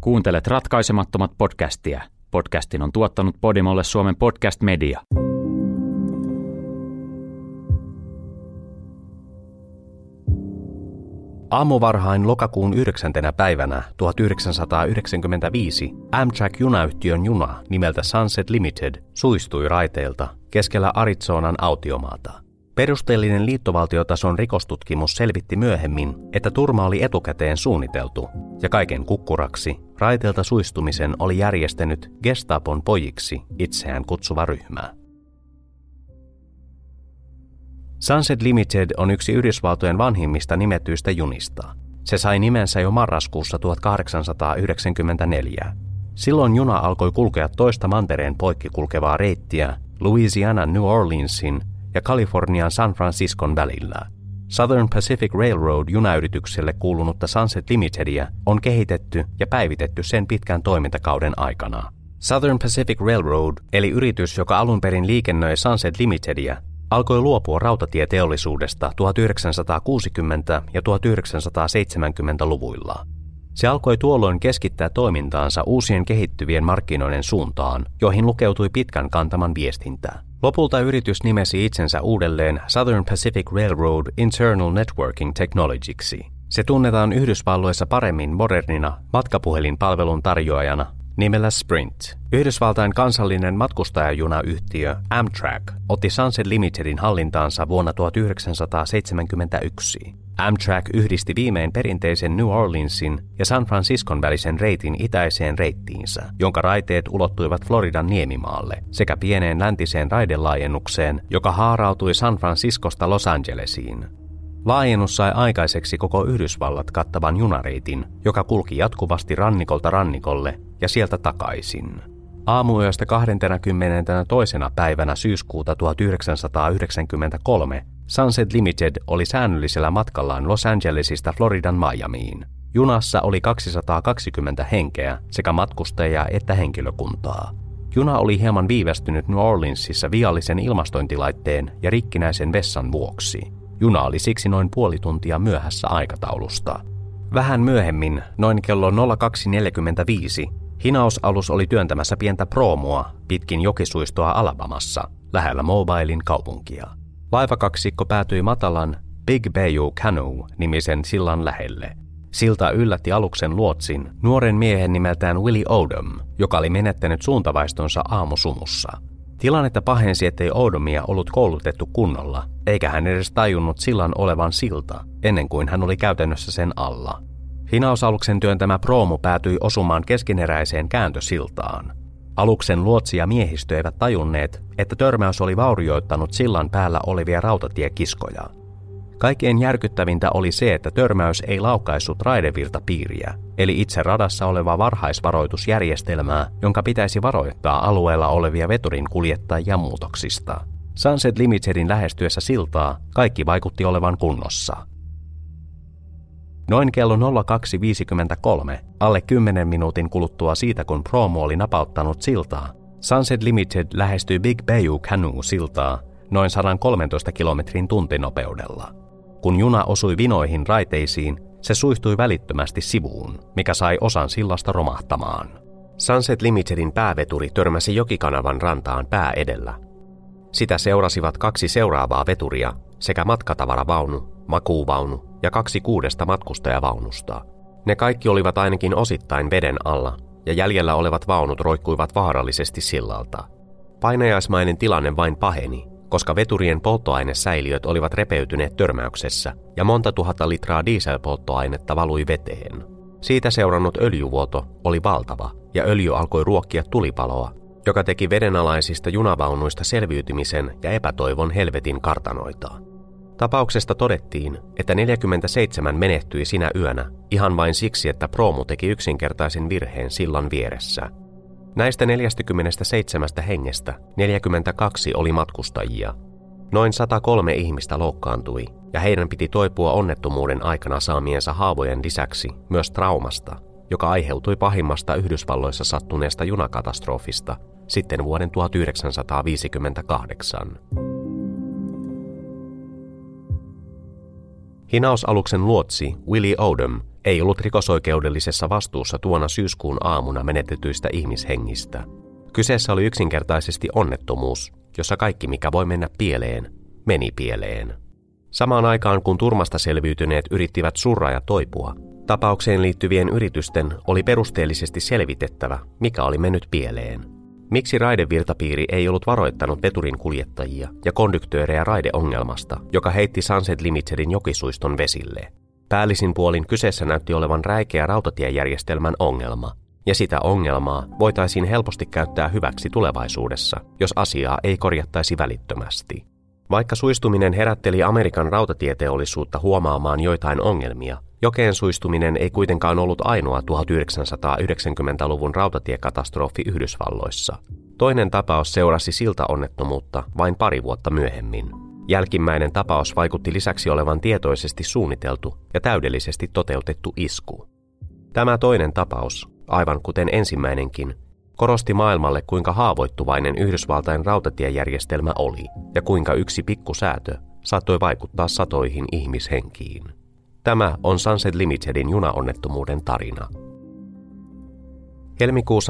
Kuuntelet Ratkaisemattomat podcastia. Podcastin on tuottanut Podimolle Suomen Podcast Media. Aamuvarhain lokakuun 9. päivänä 1995 Amtrak-junayhtiön juna nimeltä Sunset Limited suistui raiteilta keskellä Arizonan autiomaata. Perusteellinen liittovaltiotason rikostutkimus selvitti myöhemmin, että turma oli etukäteen suunniteltu, ja kaiken kukkuraksi raiteilta suistumisen oli järjestänyt Gestapon pojiksi itseään kutsuva ryhmä. Sunset Limited on yksi Yhdysvaltojen vanhimmista nimetyistä junista. Se sai nimensä jo marraskuussa 1894. Silloin juna alkoi kulkea toista mantereen poikki kulkevaa reittiä Louisianan New Orleansin ja Kalifornian San Franciscon välillä. Southern Pacific Railroad junayritykselle kuulunutta Sunset Limitedia on kehitetty ja päivitetty sen pitkän toimintakauden aikana. Southern Pacific Railroad, eli yritys, joka alun perin liikennöi Sunset Limitedia, alkoi luopua rautatieteollisuudesta 1960- ja 1970-luvuilla. Se alkoi tuolloin keskittää toimintaansa uusien kehittyvien markkinoiden suuntaan, joihin lukeutui pitkän kantaman viestintä. Lopulta yritys nimesi itsensä uudelleen Southern Pacific Railroad Internal Networking Technologyksi. Se tunnetaan Yhdysvalloissa paremmin modernina matkapuhelinpalvelun tarjoajana nimellä Sprint. Yhdysvaltain kansallinen matkustajajunayhtiö Amtrak otti Sunset Limitedin hallintaansa vuonna 1971. Amtrak yhdisti viimein perinteisen New Orleansin ja San Franciscon välisen reitin itäiseen reittiinsä, jonka raiteet ulottuivat Floridan niemimaalle, sekä pieneen läntiseen raidelaajennukseen, joka haarautui San Franciscosta Los Angelesiin. Laajennus sai aikaiseksi koko Yhdysvallat kattavan junareitin, joka kulki jatkuvasti rannikolta rannikolle ja sieltä takaisin. Aamuyöstä 22. päivänä syyskuuta 1993 Sunset Limited oli säännöllisellä matkallaan Los Angelesista Floridan Miamiin. Junassa oli 220 henkeä sekä matkustajia että henkilökuntaa. Juna oli hieman viivästynyt New Orleansissa viallisen ilmastointilaitteen ja rikkinäisen vessan vuoksi. Juna oli siksi noin puoli tuntia myöhässä aikataulusta. Vähän myöhemmin, noin kello 02.45, hinausalus oli työntämässä pientä proomua pitkin jokisuistoa Alabamassa, lähellä Mobilen kaupunkia. Laivakaksikko päätyi matalan Big Bayou Canoe-nimisen sillan lähelle. Silta yllätti aluksen luotsin, nuoren miehen nimeltään Willie Odom, joka oli menettänyt suuntavaistonsa aamusumussa. Tilannetta pahensi, ettei Odomia ollut koulutettu kunnolla, eikä hän edes tajunnut sillan olevan silta, ennen kuin hän oli käytännössä sen alla. Hinausaluksen työntämä proomu päätyi osumaan keskeneräiseen kääntösiltaan. Aluksen luotsi ja miehistö eivät tajunneet, että törmäys oli vaurioittanut sillan päällä olevia rautatiekiskoja. Kaikkein järkyttävintä oli se, että törmäys ei laukaissut raidevirtapiiriä, eli itse radassa olevaa varhaisvaroitusjärjestelmää, jonka pitäisi varoittaa alueella olevia veturin kuljettajia muutoksista. Sunset Limitedin lähestyessä siltaa kaikki vaikutti olevan kunnossa. Noin kello 02.53, alle 10 minuutin kuluttua siitä kun proomu oli napauttanut siltaa, Sunset Limited lähestyi Big Bayou Canoe-siltaa noin 113 kilometrin tuntinopeudella. Kun juna osui vinoihin raiteisiin, se suistui välittömästi sivuun, mikä sai osan sillasta romahtamaan. Sunset Limitedin pääveturi törmäsi jokikanavan rantaan pää edellä. Sitä seurasivat 2 seuraavaa veturia sekä matkatavaravaunu, makuuvaunu ja 2 6 matkustajavaunusta. Ne kaikki olivat ainakin osittain veden alla ja jäljellä olevat vaunut roikkuivat vaarallisesti sillalta. Painajaismainen tilanne vain paheni, koska veturien polttoainesäiliöt olivat repeytyneet törmäyksessä ja monta tuhatta litraa dieselpolttoainetta valui veteen. Siitä seurannut öljyvuoto oli valtava ja öljy alkoi ruokkia tulipaloa, joka teki vedenalaisista junavaunuista selviytymisen ja epätoivon helvetin kartanoita. Tapauksesta todettiin, että 47 menehtyi sinä yönä ihan vain siksi, että proomu teki yksinkertaisen virheen sillan vieressä. Näistä 47 hengestä 42 oli matkustajia. Noin 103 ihmistä loukkaantui ja heidän piti toipua onnettomuuden aikana saamiensa haavojen lisäksi myös traumasta, joka aiheutui pahimmasta Yhdysvalloissa sattuneesta junakatastrofista sitten vuoden 1958. Hinausaluksen luotsi Willie Odom ei ollut rikosoikeudellisessa vastuussa tuona syyskuun aamuna menetetyistä ihmishengistä. Kyseessä oli yksinkertaisesti onnettomuus, jossa kaikki mikä voi mennä pieleen, meni pieleen. Samaan aikaan kun turmasta selviytyneet yrittivät surra ja toipua, tapaukseen liittyvien yritysten oli perusteellisesti selvitettävä, mikä oli mennyt pieleen. Miksi raidevirtapiiri ei ollut varoittanut veturin kuljettajia ja konduktöörejä raideongelmasta, joka heitti Sunset Limitedin jokisuiston vesille? Päällisin puolin kyseessä näytti olevan räikeä rautatiejärjestelmän ongelma, ja sitä ongelmaa voitaisiin helposti käyttää hyväksi tulevaisuudessa, jos asiaa ei korjattaisi välittömästi. Vaikka suistuminen herätteli Amerikan rautatieteollisuutta huomaamaan joitain ongelmia, jokeen suistuminen ei kuitenkaan ollut ainoa 1990-luvun rautatiekatastrofi Yhdysvalloissa. Toinen tapaus seurasi siltaonnettomuutta vain pari vuotta myöhemmin. Jälkimmäinen tapaus vaikutti lisäksi olevan tietoisesti suunniteltu ja täydellisesti toteutettu isku. Tämä toinen tapaus, aivan kuten ensimmäinenkin, korosti maailmalle, kuinka haavoittuvainen Yhdysvaltain rautatiejärjestelmä oli ja kuinka yksi pikkusäätö saattoi vaikuttaa satoihin ihmishenkiin. Tämä on Sunset Limitedin junaonnettomuuden tarina. Helmikuussa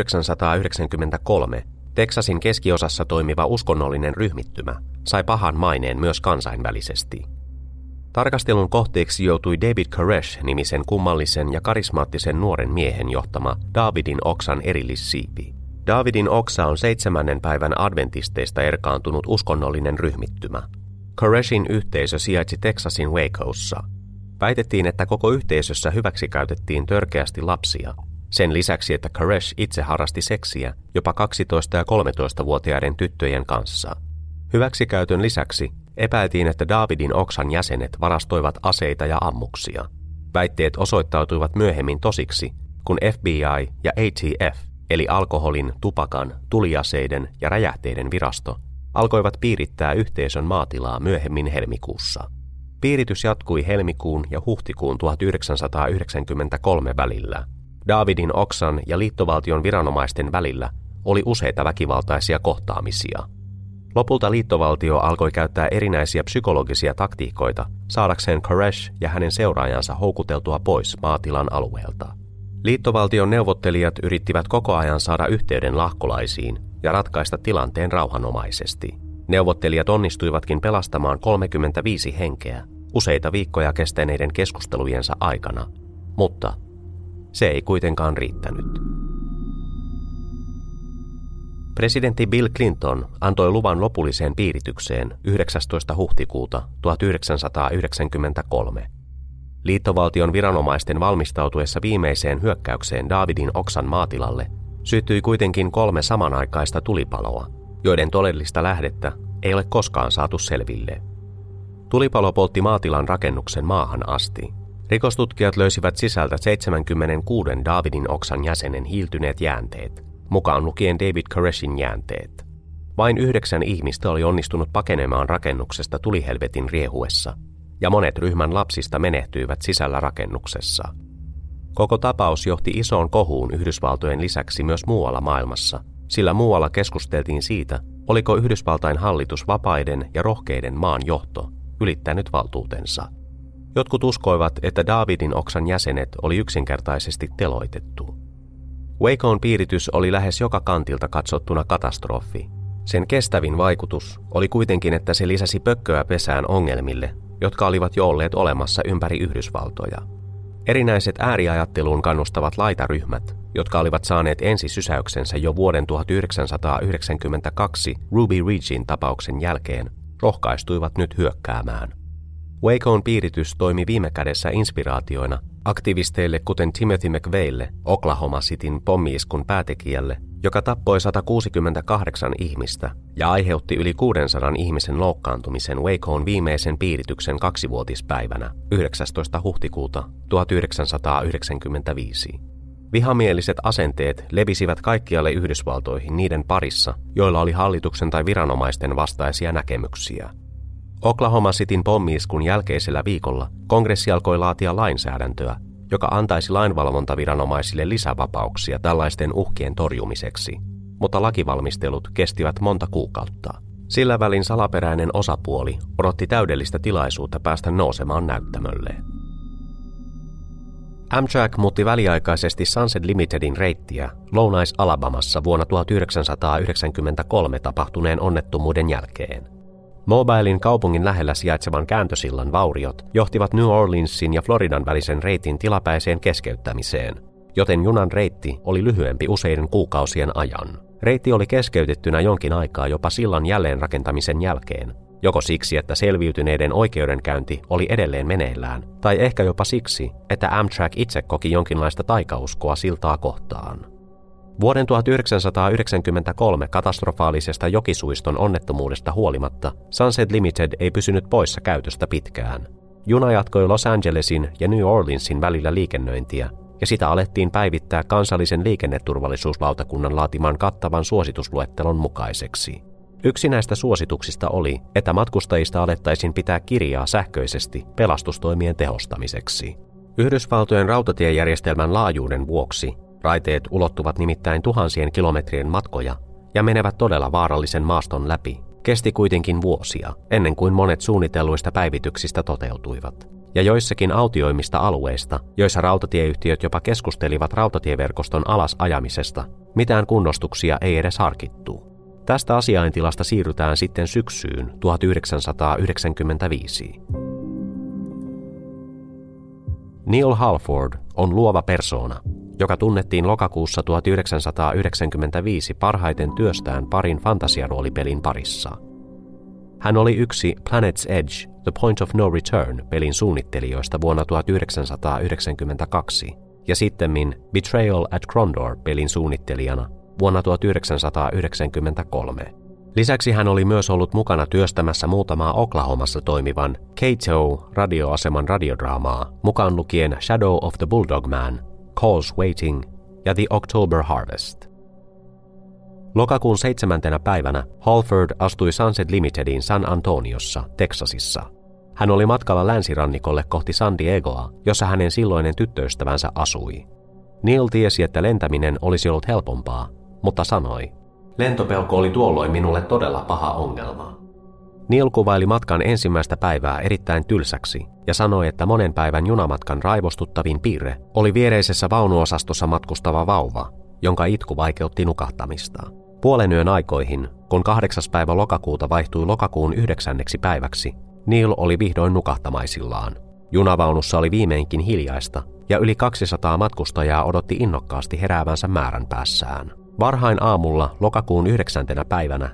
1993 Teksasin keskiosassa toimiva uskonnollinen ryhmittymä sai pahan maineen myös kansainvälisesti. Tarkastelun kohteeksi joutui David Koresh-nimisen kummallisen ja karismaattisen nuoren miehen johtama Davidin oksan erillissiipi. Davidin oksa on 7. päivän adventisteista erkaantunut uskonnollinen ryhmittymä. Koreshin yhteisö sijaitsi Teksasin Wacossa. Väitettiin, että koko yhteisössä hyväksikäytettiin törkeästi lapsia. Sen lisäksi, että Koresh itse harrasti seksiä jopa 12- ja 13-vuotiaiden tyttöjen kanssa. Hyväksikäytön lisäksi epäiltiin, että Davidin oksan jäsenet varastoivat aseita ja ammuksia. Väitteet osoittautuivat myöhemmin tosiksi, kun FBI ja ATF, eli alkoholin, tupakan, tuliaseiden ja räjähteiden virasto, alkoivat piirittää yhteisön maatilaa myöhemmin helmikuussa. Piiritys jatkui helmikuun ja huhtikuun 1993 välillä. Davidin oksan ja liittovaltion viranomaisten välillä oli useita väkivaltaisia kohtaamisia. Lopulta liittovaltio alkoi käyttää erinäisiä psykologisia taktiikoita saadakseen Koresh ja hänen seuraajansa houkuteltua pois maatilan alueelta. Liittovaltion neuvottelijat yrittivät koko ajan saada yhteyden lahkolaisiin ja ratkaista tilanteen rauhanomaisesti. Neuvottelijat onnistuivatkin pelastamaan 35 henkeä useita viikkoja kestäneiden keskustelujensa aikana, mutta se ei kuitenkaan riittänyt. Presidentti Bill Clinton antoi luvan lopulliseen piiritykseen 19. huhtikuuta 1993. Liittovaltion viranomaisten valmistautuessa viimeiseen hyökkäykseen Davidin oksan maatilalle syttyi kuitenkin 3 samanaikaista tulipaloa, joiden todellista lähdettä ei ole koskaan saatu selville. Tulipalo poltti maatilan rakennuksen maahan asti. Rikostutkijat löysivät sisältä 76 Davidin oksan jäsenen hiiltyneet jäänteet, mukaan lukien David Koreshin jäänteet. Vain 9 ihmistä oli onnistunut pakenemaan rakennuksesta tulihelvetin riehuessa, ja monet ryhmän lapsista menehtyivät sisällä rakennuksessa. Koko tapaus johti isoon kohuun Yhdysvaltojen lisäksi myös muualla maailmassa, sillä muualla keskusteltiin siitä, oliko Yhdysvaltain hallitus vapaiden ja rohkeiden maan johto ylittänyt valtuutensa. Jotkut uskoivat, että Davidin oksan jäsenet oli yksinkertaisesti teloitettu. Wacon piiritys oli lähes joka kantilta katsottuna katastrofi. Sen kestävin vaikutus oli kuitenkin, että se lisäsi pökköä pesään ongelmille, jotka olivat jo olleet olemassa ympäri Yhdysvaltoja. Erinäiset ääriajatteluun kannustavat laitaryhmät, jotka olivat saaneet ensisysäyksensä jo vuoden 1992 Ruby Ridgein tapauksen jälkeen, rohkaistuivat nyt hyökkäämään. Wacon piiritys toimi viime kädessä inspiraatioina aktivisteille kuten Timothy McVeighlle, Oklahoma Cityn pommi-iskun päätekijälle, joka tappoi 168 ihmistä ja aiheutti yli 600 ihmisen loukkaantumisen Wacon viimeisen piirityksen 2-vuotispäivänä 19. huhtikuuta 1995. Vihamieliset asenteet levisivät kaikkialle Yhdysvaltoihin niiden parissa, joilla oli hallituksen tai viranomaisten vastaisia näkemyksiä. Oklahoma Cityn pommi-iskun jälkeisellä viikolla kongressi alkoi laatia lainsäädäntöä, joka antaisi lainvalvontaviranomaisille lisävapauksia tällaisten uhkien torjumiseksi, mutta lakivalmistelut kestivät monta kuukautta. Sillä välin salaperäinen osapuoli odotti täydellistä tilaisuutta päästä nousemaan näyttämölle. Amtrak muutti väliaikaisesti Sunset Limitedin reittiä Lounais-Alabamassa vuonna 1993 tapahtuneen onnettomuuden jälkeen. Mobilen kaupungin lähellä sijaitsevan kääntösillan vauriot johtivat New Orleansin ja Floridan välisen reitin tilapäiseen keskeyttämiseen, joten junan reitti oli lyhyempi useiden kuukausien ajan. Reitti oli keskeytettynä jonkin aikaa jopa sillan jälleenrakentamisen jälkeen, joko siksi, että selviytyneiden oikeudenkäynti oli edelleen meneillään, tai ehkä jopa siksi, että Amtrak itse koki jonkinlaista taikauskoa siltaa kohtaan. Vuoden 1993 katastrofaalisesta jokisuiston onnettomuudesta huolimatta Sunset Limited ei pysynyt poissa käytöstä pitkään. Juna jatkoi Los Angelesin ja New Orleansin välillä liikennöintiä, ja sitä alettiin päivittää kansallisen liikenneturvallisuuslautakunnan laatiman kattavan suositusluettelon mukaiseksi. Yksi näistä suosituksista oli, että matkustajista alettaisiin pitää kirjaa sähköisesti pelastustoimien tehostamiseksi. Yhdysvaltojen rautatiejärjestelmän laajuuden vuoksi raiteet ulottuvat nimittäin tuhansien kilometrien matkoja ja menevät todella vaarallisen maaston läpi. Kesti kuitenkin vuosia, ennen kuin monet suunnitelluista päivityksistä toteutuivat. Ja joissakin autioimista alueista, joissa rautatieyhtiöt jopa keskustelivat rautatieverkoston alas ajamisesta, mitään kunnostuksia ei edes harkittu. Tästä asiaintilasta siirrytään sitten syksyyn 1995. Neil Halford on luova persoona, joka tunnettiin lokakuussa 1995 parhaiten työstään parin fantasiaroolipelin parissa. Hän oli yksi Planet's Edge, The Point of No Return -pelin suunnittelijoista vuonna 1992 ja sittemmin Betrayal at Krondor -pelin suunnittelijana vuonna 1993. Lisäksi hän oli myös ollut mukana työstämässä muutamaa Oklahomassa toimivan KTOH-radioaseman radiodraamaa, mukaan lukien Shadow of the Bulldog Man, Calls Waiting ja The October Harvest. Lokakuun 7. päivänä Halford astui Sunset Limitediin San Antoniossa, Teksasissa. Hän oli matkalla länsirannikolle kohti San Diegoa, jossa hänen silloinen tyttöystävänsä asui. Neil tiesi, että lentäminen olisi ollut helpompaa, mutta sanoi, lentopelko oli tuolloin minulle todella paha ongelma. Neil kuvaili matkan ensimmäistä päivää erittäin tylsäksi ja sanoi, että monen päivän junamatkan raivostuttavin piirre oli viereisessä vaunuosastossa matkustava vauva, jonka itku vaikeutti nukahtamista. Puolen yön aikoihin, kun 8. päivä lokakuuta vaihtui lokakuun 9. päiväksi, Neil oli vihdoin nukahtamaisillaan. Junavaunussa oli viimeinkin hiljaista ja yli 200 matkustajaa odotti innokkaasti heräävänsä määrän päässään. Varhain aamulla lokakuun 9. päivänä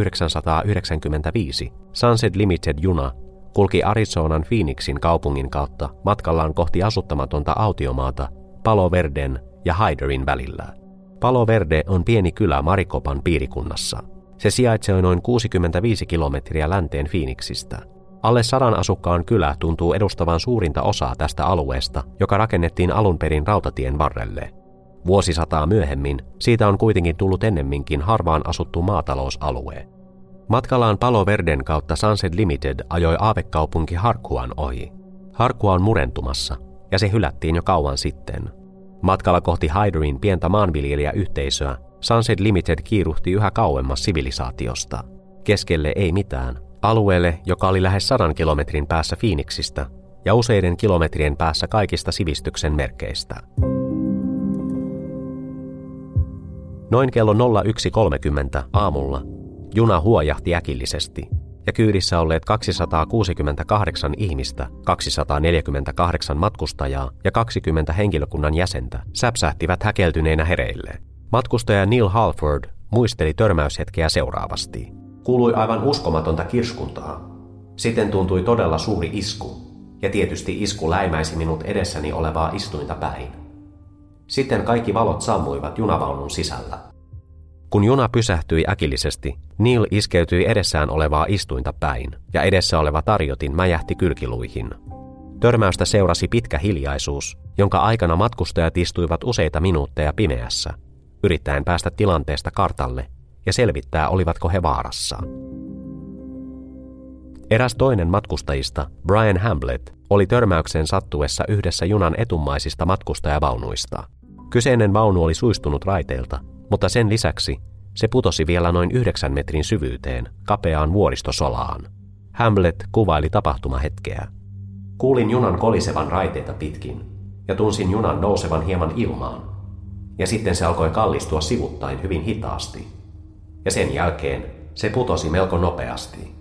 1995 Sunset Limited-juna kulki Arizonan Phoenixin kaupungin kautta matkallaan kohti asuttamatonta autiomaata Palo Verden ja Hyderin välillä. Palo Verde on pieni kylä Maricopan piirikunnassa. Se sijaitsee noin 65 kilometriä länteen Phoenixistä. Alle 100 asukkaan kylä tuntuu edustavan suurinta osaa tästä alueesta, joka rakennettiin alun perin rautatien varrelle. Vuosisataa myöhemmin siitä on kuitenkin tullut ennemminkin harvaan asuttu maatalousalue. Matkallaan Palo Verden kautta Sunset Limited ajoi aavekaupunki Harquan ohi. Harqua on murentumassa, ja se hylättiin jo kauan sitten. Matkalla kohti Hyderin pientä maanviljelijäyhteisöä Sunset Limited kiiruhti yhä kauemmas sivilisaatiosta. Keskelle ei mitään. Alueelle, joka oli lähes 100 kilometrin päässä Phoenixistä ja useiden kilometrien päässä kaikista sivistyksen merkeistä. Noin kello 01.30 aamulla juna huojahti äkillisesti ja kyydissä olleet 268 ihmistä, 248 matkustajaa ja 20 henkilökunnan jäsentä säpsähtivät häkeltyneinä hereille. Matkustaja Neil Halford muisteli törmäyshetkeä seuraavasti. Kuului aivan uskomatonta kirskuntaa. Sitten tuntui todella suuri isku, ja tietysti isku läimäisi minut edessäni olevaa istuinta päin. Sitten kaikki valot sammuivat junavaunun sisällä. Kun juna pysähtyi äkillisesti, Neil iskeytyi edessään olevaa istuinta päin, ja edessä oleva tarjotin mäjähti kylkiluihin. Törmäystä seurasi pitkä hiljaisuus, jonka aikana matkustajat istuivat useita minuutteja pimeässä, yrittäen päästä tilanteesta kartalle ja selvittää, olivatko he vaarassa. Eräs toinen matkustajista, Brian Hamblett, oli törmäyksen sattuessa yhdessä junan etummaisista matkustajavaunuista. Kyseinen vaunu oli suistunut raiteilta, mutta sen lisäksi se putosi vielä noin 9 metrin syvyyteen, kapeaan vuoristosolaan. Hamblett kuvaili tapahtumahetkeä. Kuulin junan kolisevan raiteita pitkin. ja tunsin junan nousevan hieman ilmaan. Ja sitten se alkoi kallistua sivuttain hyvin hitaasti. Ja sen jälkeen se putosi melko nopeasti.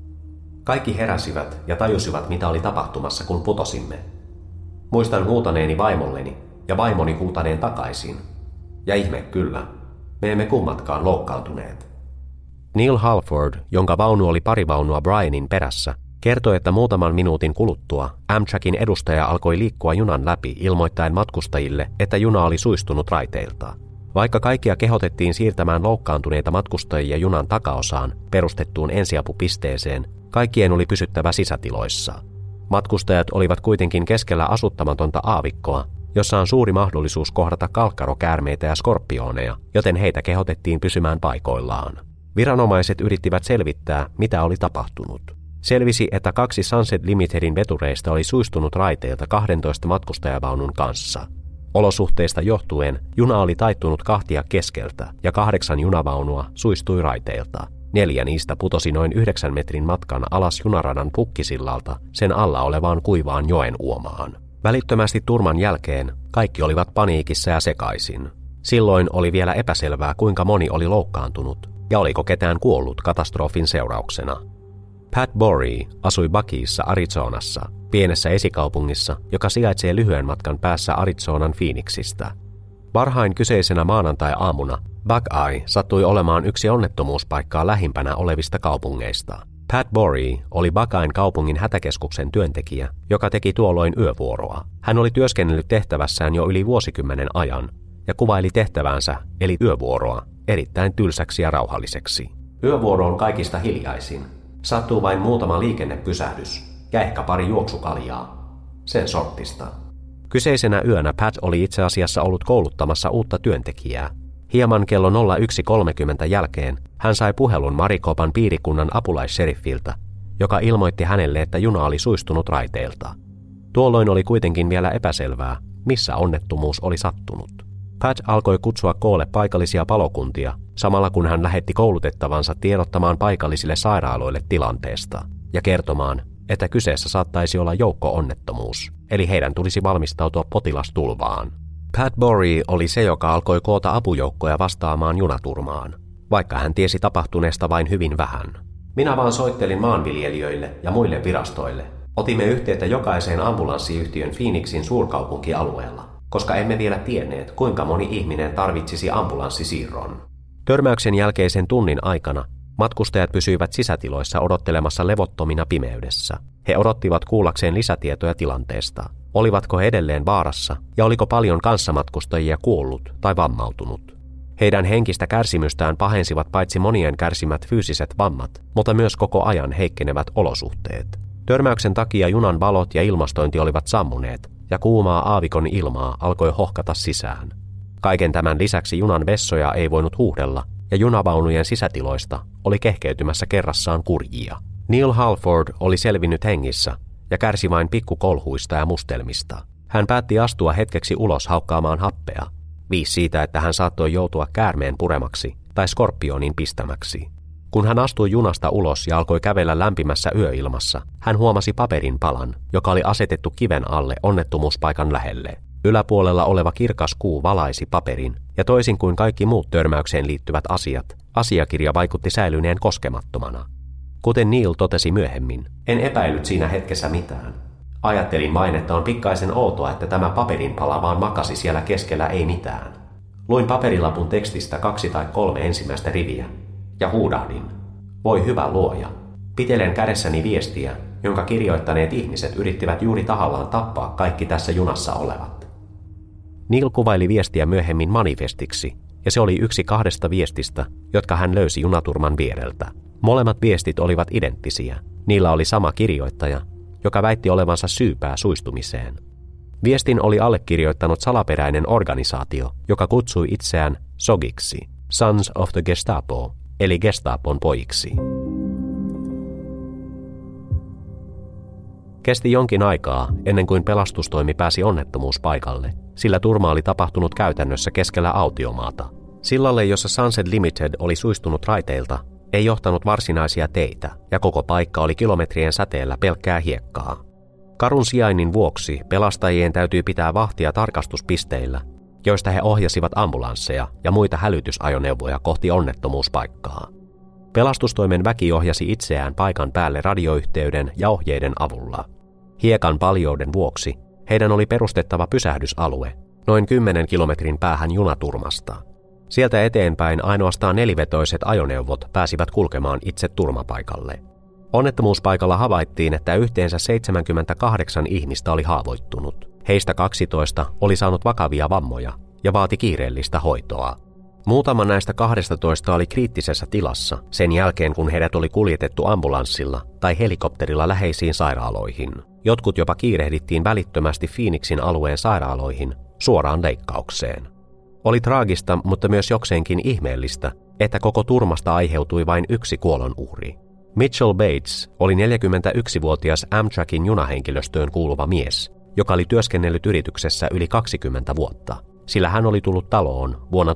Kaikki heräsivät ja tajusivat, mitä oli tapahtumassa, kun putosimme. Muistan huutaneeni vaimolleni ja vaimoni huutaneen takaisin. Ja ihme kyllä, me emme kummatkaan loukkaantuneet. Neil Halford, jonka vaunu oli pari vaunua Brianin perässä, kertoi, että muutaman minuutin kuluttua Amtrakin edustaja alkoi liikkua junan läpi ilmoittaen matkustajille, että juna oli suistunut raiteilta. Vaikka kaikkia kehotettiin siirtämään loukkaantuneita matkustajia junan takaosaan perustettuun ensiapupisteeseen, kaikkien oli pysyttävä sisätiloissa. Matkustajat olivat kuitenkin keskellä asuttamatonta aavikkoa, jossa on suuri mahdollisuus kohdata kalkkarokäärmeitä ja skorpioneja, joten heitä kehotettiin pysymään paikoillaan. Viranomaiset yrittivät selvittää, mitä oli tapahtunut. Selvisi, että 2 Sunset Limitedin vetureista oli suistunut raiteilta 12 matkustajavaunun kanssa. Olosuhteista johtuen juna oli taittunut kahtia keskeltä ja 8 junavaunua suistui raiteilta. 4 niistä putosi noin 9 metrin matkan alas junaradan pukkisillalta sen alla olevaan kuivaan joen uomaan. Välittömästi turman jälkeen kaikki olivat paniikissa ja sekaisin. Silloin oli vielä epäselvää, kuinka moni oli loukkaantunut ja oliko ketään kuollut katastrofin seurauksena. Pat Borey asui Buckyssa Arizonassa, pienessä esikaupungissa, joka sijaitsee lyhyen matkan päässä Arizonan Phoenixistä. Varhain kyseisenä maanantai-aamuna Buckeye sattui olemaan yksi onnettomuuspaikkaa lähimpänä olevista kaupungeista. Pat Borey oli Buckeyen kaupungin hätäkeskuksen työntekijä, joka teki tuolloin yövuoroa. Hän oli työskennellyt tehtävässään jo yli vuosikymmenen ajan ja kuvaili tehtävänsä, eli yövuoroa, erittäin tylsäksi ja rauhalliseksi. Yövuoro on kaikista hiljaisin. Sattuu vain muutama liikennepysähdys ja ehkä pari juoksukaljaa. Sen sortista. Kyseisenä yönä Pat oli itse asiassa ollut kouluttamassa uutta työntekijää. Hieman kello 01.30 jälkeen hän sai puhelun Maricopan piirikunnan apulaisseriffiltä, joka ilmoitti hänelle, että juna oli suistunut raiteilta. Tuolloin oli kuitenkin vielä epäselvää, missä onnettomuus oli sattunut. Pat alkoi kutsua koolle paikallisia palokuntia, samalla kun hän lähetti koulutettavansa tiedottamaan paikallisille sairaaloille tilanteesta ja kertomaan, että kyseessä saattaisi olla joukko-onnettomuus, eli heidän tulisi valmistautua potilastulvaan. Pat Borey oli se, joka alkoi koota apujoukkoja vastaamaan junaturmaan, vaikka hän tiesi tapahtuneesta vain hyvin vähän. Minä vaan soittelin maanviljelijöille ja muille virastoille. Otimme yhteyttä jokaiseen ambulanssiyhtiön Phoenixin suurkaupunkialueella, koska emme vielä tienneet, kuinka moni ihminen tarvitsisi ambulanssisiirron. Törmäyksen jälkeisen tunnin aikana matkustajat pysyivät sisätiloissa odottelemassa levottomina pimeydessä. He odottivat kuullakseen lisätietoja tilanteesta. Olivatko he edelleen vaarassa ja oliko paljon kanssamatkustajia kuollut tai vammautunut? Heidän henkistä kärsimystään pahensivat paitsi monien kärsimät fyysiset vammat, mutta myös koko ajan heikkenevät olosuhteet. Törmäyksen takia junan valot ja ilmastointi olivat sammuneet ja kuumaa aavikon ilmaa alkoi hohkata sisään. Kaiken tämän lisäksi junan vessoja ei voinut huuhdella ja junavaunujen sisätiloista oli kehkeytymässä kerrassaan kurjia. Neil Halford oli selvinnyt hengissä ja kärsi vain pikkukolhuista ja mustelmista. Hän päätti astua hetkeksi ulos haukkaamaan happea. Viis siitä, että hän saattoi joutua käärmeen puremaksi tai skorpionin pistämäksi. Kun hän astui junasta ulos ja alkoi kävellä lämpimässä yöilmassa, hän huomasi paperin palan, joka oli asetettu kiven alle onnettomuuspaikan lähelle. Yläpuolella oleva kirkas kuu valaisi paperin, ja toisin kuin kaikki muut törmäykseen liittyvät asiat, asiakirja vaikutti säilyneen koskemattomana. Kuten Neil totesi myöhemmin, en epäillyt siinä hetkessä mitään. Ajattelin vain, että on pikkaisen outoa, että tämä paperinpala vaan makasi siellä keskellä ei mitään. Luin paperilapun tekstistä 2 tai 3 ensimmäistä riviä, ja huudahdin. Voi hyvä luoja. Pitelen kädessäni viestiä, jonka kirjoittaneet ihmiset yrittivät juuri tahallaan tappaa kaikki tässä junassa olevat. Neil kuvaili viestiä myöhemmin manifestiksi, ja se oli yksi 2 viestistä, jotka hän löysi junaturman viereltä. Molemmat viestit olivat identtisiä. Niillä oli sama kirjoittaja, joka väitti olevansa syypää suistumiseen. Viestin oli allekirjoittanut salaperäinen organisaatio, joka kutsui itseään SOGiksi, Sons of the Gestapo, eli Gestapon pojiksi. Kesti jonkin aikaa ennen kuin pelastustoimi pääsi onnettomuuspaikalle, sillä turma oli tapahtunut käytännössä keskellä autiomaata. Sillalle, jossa Sunset Limited oli suistunut raiteilta, ei johtanut varsinaisia teitä, ja koko paikka oli kilometrien säteellä pelkkää hiekkaa. Karun sijainnin vuoksi pelastajien täytyy pitää vahtia tarkastuspisteillä, joista he ohjasivat ambulansseja ja muita hälytysajoneuvoja kohti onnettomuuspaikkaa. Pelastustoimen väki ohjasi itseään paikan päälle radioyhteyden ja ohjeiden avulla. Hiekan paljouden vuoksi heidän oli perustettava pysähdysalue noin 10 kilometrin päähän junaturmasta. Sieltä eteenpäin ainoastaan nelivetoiset ajoneuvot pääsivät kulkemaan itse turmapaikalle. Onnettomuuspaikalla havaittiin, että yhteensä 78 ihmistä oli haavoittunut. Heistä 12 oli saanut vakavia vammoja ja vaati kiireellistä hoitoa. Muutama näistä 12 oli kriittisessä tilassa sen jälkeen, kun heidät oli kuljetettu ambulanssilla tai helikopterilla läheisiin sairaaloihin. Jotkut jopa kiirehdittiin välittömästi Phoenixin alueen sairaaloihin suoraan leikkaukseen. Oli traagista, mutta myös jokseenkin ihmeellistä, että koko turmasta aiheutui vain yksi kuolonuhri. Mitchell Bates oli 41-vuotias Amtrakin junahenkilöstöön kuuluva mies, joka oli työskennellyt yrityksessä yli 20 vuotta, sillä hän oli tullut taloon vuonna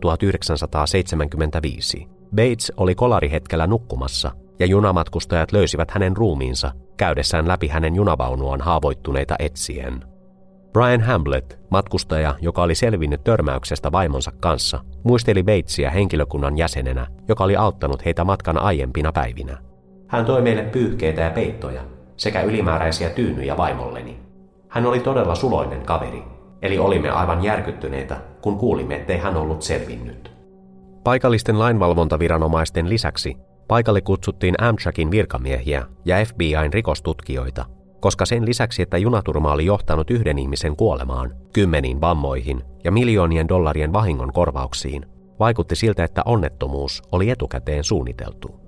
1975. Bates oli kolarihetkellä nukkumassa ja junamatkustajat löysivät hänen ruumiinsa käydessään läpi hänen junavaunuaan haavoittuneita etsien. Brian Hamblett, matkustaja, joka oli selvinnyt törmäyksestä vaimonsa kanssa, muisteli Batesia henkilökunnan jäsenenä, joka oli auttanut heitä matkan aiempina päivinä. Hän toi meille pyyhkeitä ja peittoja sekä ylimääräisiä tyynyjä vaimolleni. Hän oli todella suloinen kaveri, eli olimme aivan järkyttyneitä, kun kuulimme, ettei hän ollut selvinnyt. Paikallisten lainvalvontaviranomaisten lisäksi paikalle kutsuttiin Amtrakin virkamiehiä ja FBI:n rikostutkijoita, koska sen lisäksi, että junaturma oli johtanut yhden ihmisen kuolemaan, 10 vammoihin ja miljoonien dollarien vahingon korvauksiin, vaikutti siltä, että onnettomuus oli etukäteen suunniteltu.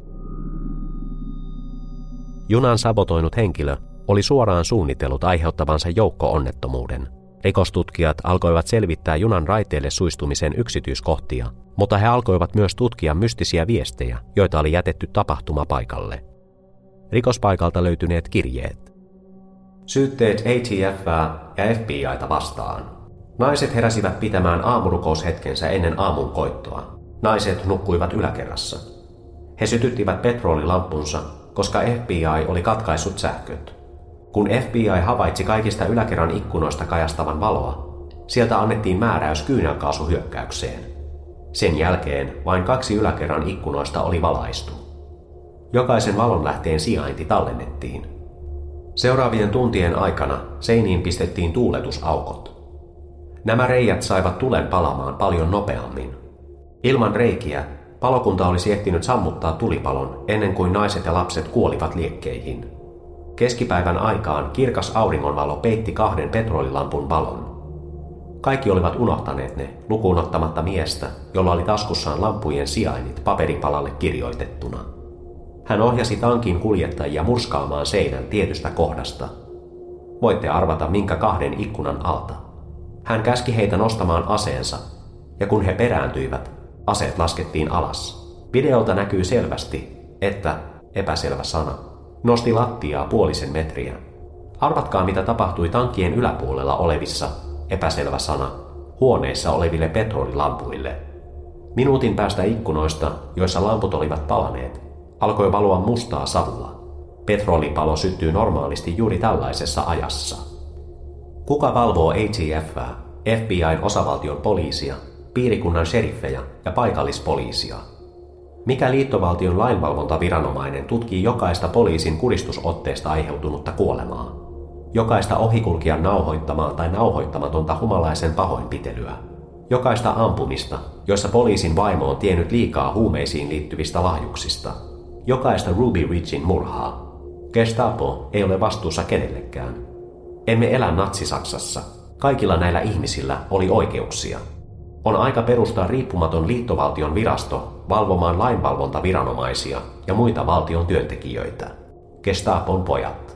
Junan sabotoinut henkilö oli suoraan suunnitellut aiheuttavansa joukko-onnettomuuden. Rikostutkijat alkoivat selvittää junan raiteille suistumisen yksityiskohtia, mutta he alkoivat myös tutkia mystisiä viestejä, joita oli jätetty tapahtumapaikalle. Rikospaikalta löytyneet kirjeet. Syytteet ATF:ää ja FBI:ta vastaan. Naiset heräsivät pitämään aamurukoushetkensä ennen aamun koittoa. Naiset nukkuivat yläkerrassa. He sytyttivät petrolilampunsa, koska FBI oli katkaissut sähköt. Kun FBI havaitsi kaikista yläkerran ikkunoista kajastavan valoa, sieltä annettiin määräys kyynelkaasuhyökkäykseen. Sen jälkeen vain 2 yläkerran ikkunoista oli valaistu. Jokaisen valonlähteen sijainti tallennettiin. Seuraavien tuntien aikana seiniin pistettiin tuuletusaukot. Nämä reijät saivat tulen palamaan paljon nopeammin. Ilman reikiä palokunta olisi ehtinyt sammuttaa tulipalon ennen kuin naiset ja lapset kuolivat liekkeihin. Keskipäivän aikaan kirkas auringonvalo peitti 2 petrolilampun valon. Kaikki olivat unohtaneet ne, lukuun ottamatta miestä, jolla oli taskussaan lampujen sijainnit paperipalalle kirjoitettuna. Hän ohjasi tankin kuljettajia murskaamaan seinän tietystä kohdasta. Voitte arvata minkä 2 ikkunan alta. Hän käski heitä nostamaan aseensa, ja kun he perääntyivät, aseet laskettiin alas. Videolta näkyy selvästi, että epäselvä sana nosti lattiaa puolisen metriä. Arvatkaa, mitä tapahtui tankkien yläpuolella olevissa, epäselvä sana, huoneissa oleville petrolilampuille. Minuutin päästä ikkunoista, joissa lamput olivat palaneet, alkoi valua mustaa savua. Petrolipalo syttyy normaalisti juuri tällaisessa ajassa. Kuka valvoo ATF:ää, FBI:n osavaltion poliisia, piirikunnan sheriffejä ja paikallispoliisia? Mikä liittovaltion lainvalvontaviranomainen tutkii jokaista poliisin kuristusotteesta aiheutunutta kuolemaa? Jokaista ohikulkijan nauhoittamaa tai nauhoittamatonta humalaisen pahoinpitelyä? Jokaista ampumista, jossa poliisin vaimo on tiennyt liikaa huumeisiin liittyvistä lahjuksista? Jokaista Ruby Ridgein murhaa? Gestapo ei ole vastuussa kenellekään. Emme elä Natsi-Saksassa. Kaikilla näillä ihmisillä oli oikeuksia. On aika perustaa riippumaton liittovaltion virasto valvomaan lainvalvontaviranomaisia ja muita valtion työntekijöitä. Gestapon pojat.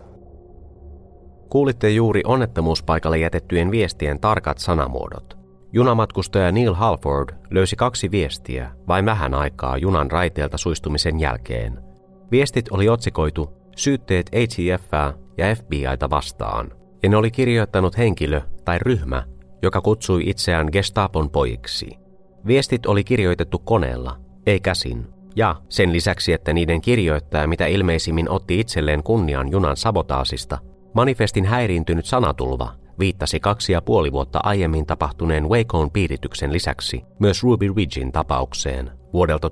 Kuulitte juuri onnettomuuspaikalle jätettyjen viestien tarkat sanamuodot. Junamatkustaja Neil Halford löysi 2 viestiä vain vähän aikaa junan raiteelta suistumisen jälkeen. Viestit oli otsikoitu Syytteet ATF:ää ja FBI:ta vastaan, ja ne oli kirjoittanut henkilö tai ryhmä, joka kutsui itseään Gestapon pojiksi. Viestit oli kirjoitettu koneella, ei käsin, ja sen lisäksi, että niiden kirjoittaja mitä ilmeisimmin otti itselleen kunnian junan sabotaasista, Manifestin häiriintynyt sanatulva viittasi 2,5 vuotta aiemmin tapahtuneen Wacon piirityksen lisäksi myös Ruby Ridgein tapaukseen vuodelta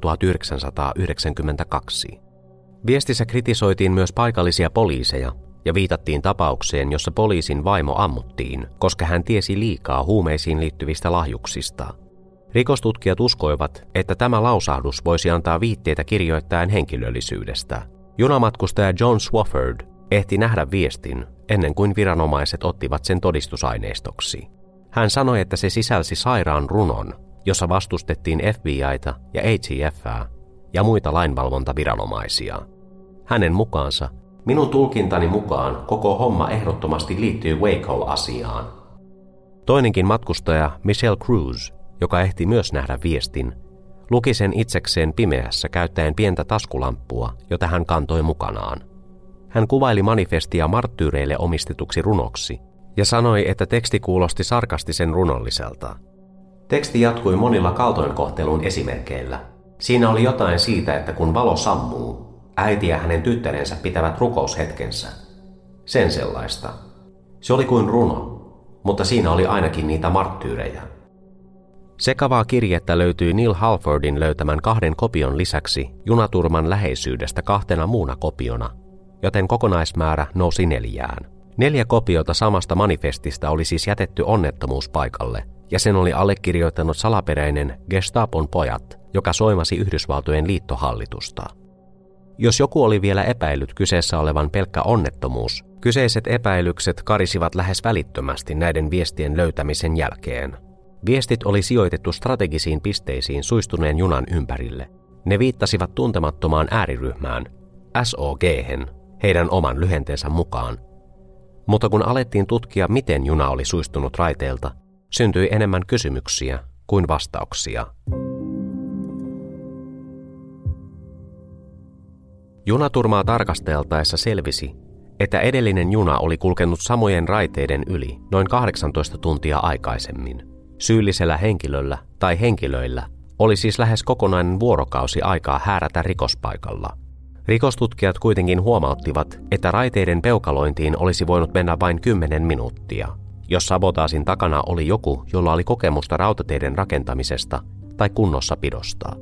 1992. Viestissä kritisoitiin myös paikallisia poliiseja ja viitattiin tapaukseen, jossa poliisin vaimo ammuttiin, koska hän tiesi liikaa huumeisiin liittyvistä lahjuksista. Rikostutkijat uskoivat, että tämä lausahdus voisi antaa viitteitä kirjoittajan henkilöllisyydestä. Junamatkustaja John Swofford ehti nähdä viestin ennen kuin viranomaiset ottivat sen todistusaineistoksi. Hän sanoi, että se sisälsi sairaan runon, jossa vastustettiin FBI:ta ja ATF:ää ja muita lainvalvontaviranomaisia. Hänen mukaansa, minun tulkintani mukaan koko homma ehdottomasti liittyy Waco-asiaan. Toinenkin matkustaja, Michelle Cruz, joka ehti myös nähdä viestin, luki sen itsekseen pimeässä käyttäen pientä taskulamppua, jota hän kantoi mukanaan. Hän kuvaili manifestia marttyyreille omistetuksi runoksi ja sanoi, että teksti kuulosti sarkastisen runolliselta. Teksti jatkui monilla kaltoinkohtelun esimerkeillä. Siinä oli jotain siitä, että kun valo sammuu, äiti ja hänen tyttärensä pitävät rukoushetkensä. Sen sellaista. Se oli kuin runo, mutta siinä oli ainakin niitä marttyyrejä. Sekavaa kirjettä löytyi Neil Halfordin löytämän 2 kopion lisäksi junaturman läheisyydestä 2 muuna kopiona, joten kokonaismäärä nousi 4. 4 kopiota samasta manifestista oli siis jätetty onnettomuuspaikalle, ja sen oli allekirjoittanut salaperäinen Gestapon pojat, joka soimasi Yhdysvaltojen liittohallitusta. Jos joku oli vielä epäillyt kyseessä olevan pelkkä onnettomuus, kyseiset epäilykset karisivat lähes välittömästi näiden viestien löytämisen jälkeen. Viestit oli sijoitettu strategisiin pisteisiin suistuneen junan ympärille. Ne viittasivat tuntemattomaan ääriryhmään, SOG:hen, heidän oman lyhenteensä mukaan. Mutta kun alettiin tutkia, miten juna oli suistunut raiteilta, syntyi enemmän kysymyksiä kuin vastauksia. Junaturmaa tarkasteltaessa selvisi, että edellinen juna oli kulkenut samojen raiteiden yli noin 18 tuntia aikaisemmin. Syyllisellä henkilöllä tai henkilöillä oli siis lähes kokonainen vuorokausi aikaa häärätä rikospaikalla. Rikostutkijat kuitenkin huomauttivat, että raiteiden peukalointiin olisi voinut mennä vain 10 minuuttia, jos sabotaasin takana oli joku, jolla oli kokemusta rautateiden rakentamisesta tai kunnossapidosta.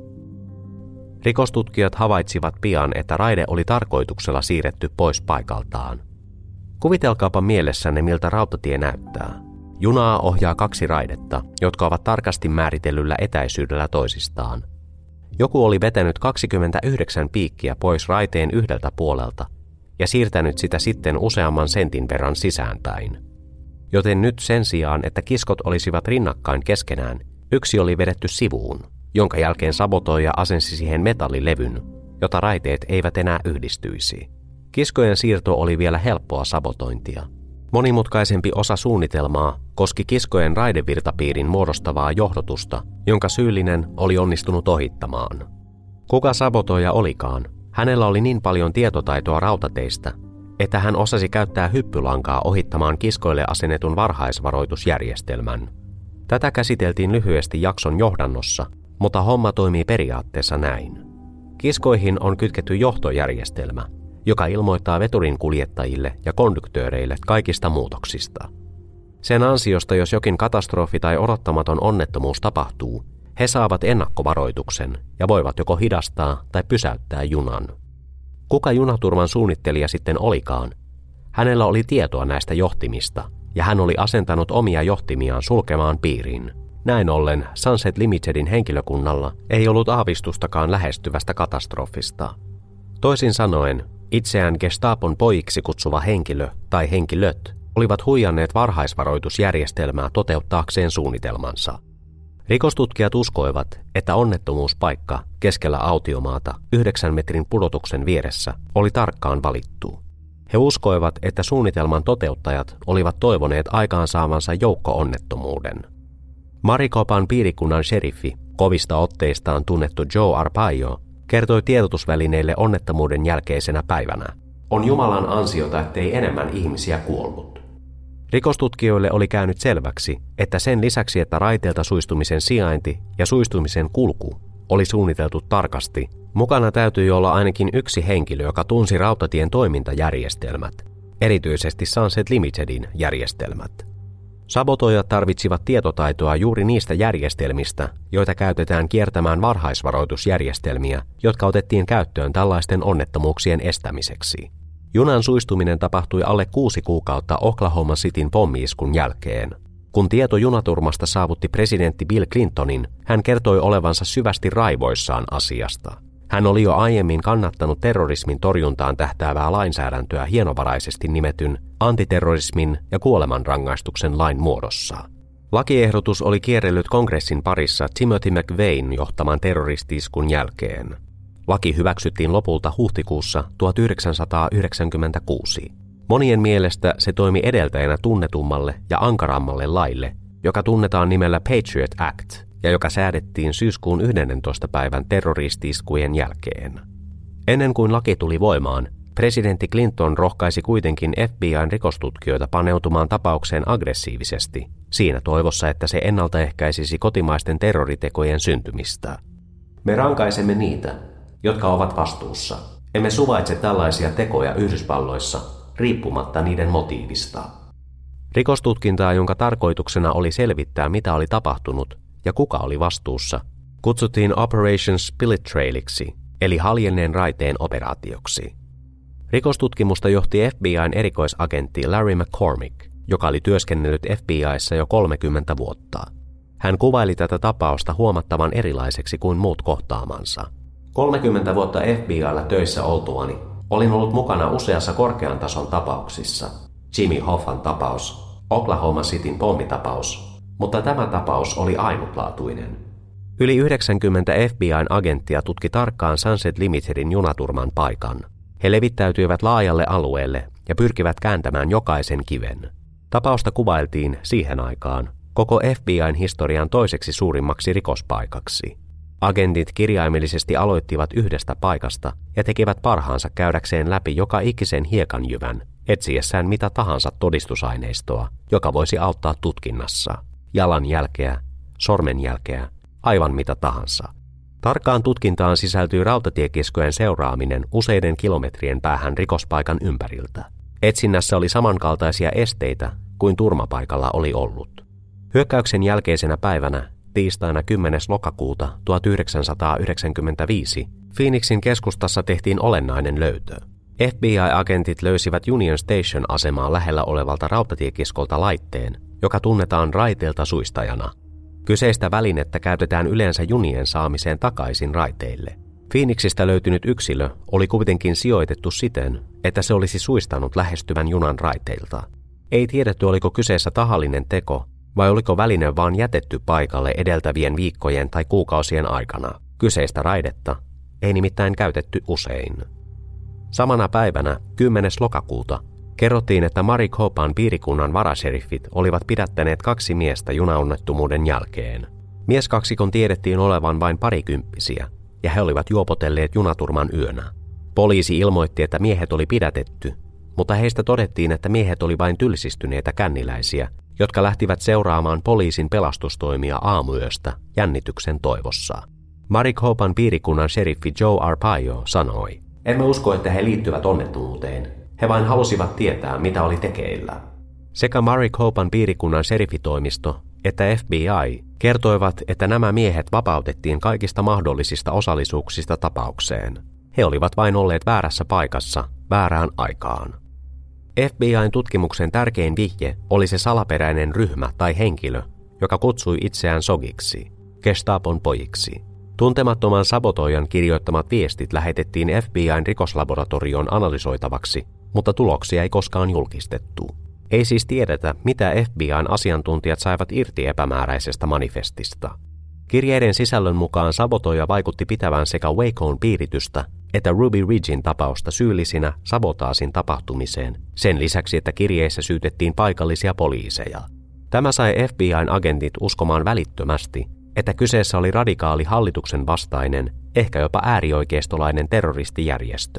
Rikostutkijat havaitsivat pian, että raide oli tarkoituksella siirretty pois paikaltaan. Kuvitelkaapa mielessänne, miltä rautatie näyttää. Junaa ohjaa 2 raidetta, jotka ovat tarkasti määritellyllä etäisyydellä toisistaan. Joku oli vetänyt 29 piikkiä pois raiteen yhdeltä puolelta ja siirtänyt sitä sitten useamman sentin verran sisäänpäin. Joten nyt sen sijaan, että kiskot olisivat rinnakkain keskenään, yksi oli vedetty sivuun, jonka jälkeen sabotoija asensi siihen metallilevyn, jota raiteet eivät enää yhdistyisi. Kiskojen siirto oli vielä helppoa sabotointia. Monimutkaisempi osa suunnitelmaa koski kiskojen raidevirtapiirin muodostavaa johdotusta, jonka syyllinen oli onnistunut ohittamaan. Kuka sabotoija olikaan, hänellä oli niin paljon tietotaitoa rautateistä, että hän osasi käyttää hyppylankaa ohittamaan kiskoille asennetun varhaisvaroitusjärjestelmän. Tätä käsiteltiin lyhyesti jakson johdannossa, mutta homma toimii periaatteessa näin. Kiskoihin on kytketty johtojärjestelmä, joka ilmoittaa veturin kuljettajille ja konduktööreille kaikista muutoksista. Sen ansiosta, jos jokin katastrofi tai odottamaton onnettomuus tapahtuu, he saavat ennakkovaroituksen ja voivat joko hidastaa tai pysäyttää junan. Kuka junaturman suunnittelija sitten olikaan? Hänellä oli tietoa näistä johtimista, ja hän oli asentanut omia johtimiaan sulkemaan piirin. Näin ollen Sunset Limitedin henkilökunnalla ei ollut aavistustakaan lähestyvästä katastrofista. Toisin sanoen, itseään Gestapon pojiksi kutsuva henkilö tai henkilöt olivat huijanneet varhaisvaroitusjärjestelmää toteuttaakseen suunnitelmansa. Rikostutkijat uskoivat, että onnettomuuspaikka keskellä autiomaata 9 metrin pudotuksen vieressä oli tarkkaan valittu. He uskoivat, että suunnitelman toteuttajat olivat toivoneet aikaansaavansa joukko-onnettomuuden. Maricopan piirikunnan sheriffi, kovista otteistaan tunnettu Joe Arpaio, kertoi tiedotusvälineille onnettomuuden jälkeisenä päivänä. On Jumalan ansiota, ettei enemmän ihmisiä kuollut. Rikostutkijoille oli käynyt selväksi, että sen lisäksi, että raiteelta suistumisen sijainti ja suistumisen kulku oli suunniteltu tarkasti, mukana täytyi olla ainakin yksi henkilö, joka tunsi rautatien toimintajärjestelmät. erityisesti Sunset Limitedin järjestelmät. Sabotoijat tarvitsivat tietotaitoa juuri niistä järjestelmistä, joita käytetään kiertämään varhaisvaroitusjärjestelmiä, jotka otettiin käyttöön tällaisten onnettomuuksien estämiseksi. Junan suistuminen tapahtui alle 6 kuukautta Oklahoma Cityn pommi-iskun jälkeen. Kun tieto junaturmasta saavutti presidentti Bill Clintonin, hän kertoi olevansa syvästi raivoissaan asiasta. Hän oli jo aiemmin kannattanut terrorismin torjuntaan tähtäävää lainsäädäntöä hienovaraisesti nimetyn antiterrorismin ja kuolemanrangaistuksen lain muodossa. Lakiehdotus oli kierrellyt kongressin parissa Timothy McVeighin johtaman terroristi-iskun jälkeen. Laki hyväksyttiin lopulta huhtikuussa 1996. Monien mielestä se toimi edeltäjänä tunnetummalle ja ankarammalle laille, joka tunnetaan nimellä Patriot Act ja joka säädettiin syyskuun 11. päivän terroristi-iskujen jälkeen. Ennen kuin laki tuli voimaan, presidentti Clinton rohkaisi kuitenkin FBI:n rikostutkijoita paneutumaan tapaukseen aggressiivisesti, siinä toivossa, että se ennaltaehkäisisi kotimaisten terroritekojen syntymistä. Me rankaisemme niitä, jotka ovat vastuussa. Emme suvaitse tällaisia tekoja Yhdysvalloissa, riippumatta niiden motiivista. Rikostutkintaa, jonka tarkoituksena oli selvittää, mitä oli tapahtunut ja kuka oli vastuussa, kutsuttiin Operation Split Trailiksi, eli haljenneen raiteen operaatioksi. Rikostutkimusta johti FBI:n erikoisagentti Larry McCormick, joka oli työskennellyt FBI:ssa jo 30 vuotta. Hän kuvaili tätä tapausta huomattavan erilaiseksi kuin muut kohtaamansa. 30 vuotta FBI:lla töissä oltuani olin ollut mukana useassa korkean tason tapauksissa. Jimmy Hoffan tapaus, Oklahoma Cityn pommitapaus, mutta tämä tapaus oli ainutlaatuinen. Yli 90 FBI:n agenttia tutki tarkkaan Sunset Limitedin junaturman paikan. He levittäytyivät laajalle alueelle ja pyrkivät kääntämään jokaisen kiven. Tapausta kuvailtiin siihen aikaan koko FBI:n historian toiseksi suurimmaksi rikospaikaksi. Agentit kirjaimellisesti aloittivat yhdestä paikasta ja tekivät parhaansa käydäkseen läpi joka ikisen hiekanjyvän, etsiessään mitä tahansa todistusaineistoa, joka voisi auttaa tutkinnassa. Jalanjälkeä, sormenjälkeä, aivan mitä tahansa. Tarkkaan tutkintaan sisältyy rautatiekiskojen seuraaminen useiden kilometrien päähän rikospaikan ympäriltä. Etsinnässä oli samankaltaisia esteitä kuin turmapaikalla oli ollut. Hyökkäyksen jälkeisenä päivänä, tiistaina 10. lokakuuta 1995, Phoenixin keskustassa tehtiin olennainen löytö. FBI-agentit löysivät Union Station-asemaa lähellä olevalta rautatiekiskolta laitteen, joka tunnetaan raiteelta suistajana. Kyseistä välinettä käytetään yleensä junien saamiseen takaisin raiteille. Phoenixistä löytynyt yksilö oli kuitenkin sijoitettu siten, että se olisi suistanut lähestyvän junan raiteilta. Ei tiedetty, oliko kyseessä tahallinen teko, vai oliko väline vaan jätetty paikalle edeltävien viikkojen tai kuukausien aikana. Kyseistä raidetta ei nimittäin käytetty usein. Samana päivänä, 10. lokakuuta, kerrottiin, että Maricopan piirikunnan varasheriffit olivat pidättäneet 2 miestä junaonnettomuuden jälkeen. Mieskaksikon tiedettiin olevan vain parikymppisiä, ja he olivat juopotelleet junaturman yönä. Poliisi ilmoitti, että miehet oli pidätetty, mutta heistä todettiin, että miehet oli vain tylsistyneitä känniläisiä, jotka lähtivät seuraamaan poliisin pelastustoimia aamuyöstä jännityksen toivossa. Maricopan piirikunnan sheriffi Joe Arpaio sanoi, "Emme usko, että he liittyvät onnettomuuteen. He vain halusivat tietää, mitä oli tekeillä." Sekä Maricopan piirikunnan sheriffitoimisto että FBI kertoivat, että nämä miehet vapautettiin kaikista mahdollisista osallisuuksista tapaukseen. He olivat vain olleet väärässä paikassa väärään aikaan. FBI:n tutkimuksen tärkein vihje oli se salaperäinen ryhmä tai henkilö, joka kutsui itseään Sogiksi, Gestapon pojiksi. Tuntemattoman sabotoijan kirjoittamat viestit lähetettiin FBI:n rikoslaboratorioon analysoitavaksi, mutta tuloksia ei koskaan julkistettu. Ei siis tiedetä, mitä FBI:n asiantuntijat saivat irti epämääräisestä manifestista. Kirjeiden sisällön mukaan sabotoija vaikutti pitävän sekä Wacon piiritystä että Ruby Ridgein tapausta syyllisinä sabotaasin tapahtumiseen, sen lisäksi, että kirjeissä syytettiin paikallisia poliiseja. Tämä sai FBI:n agentit uskomaan välittömästi, että kyseessä oli radikaali hallituksen vastainen, ehkä jopa äärioikeistolainen terroristijärjestö.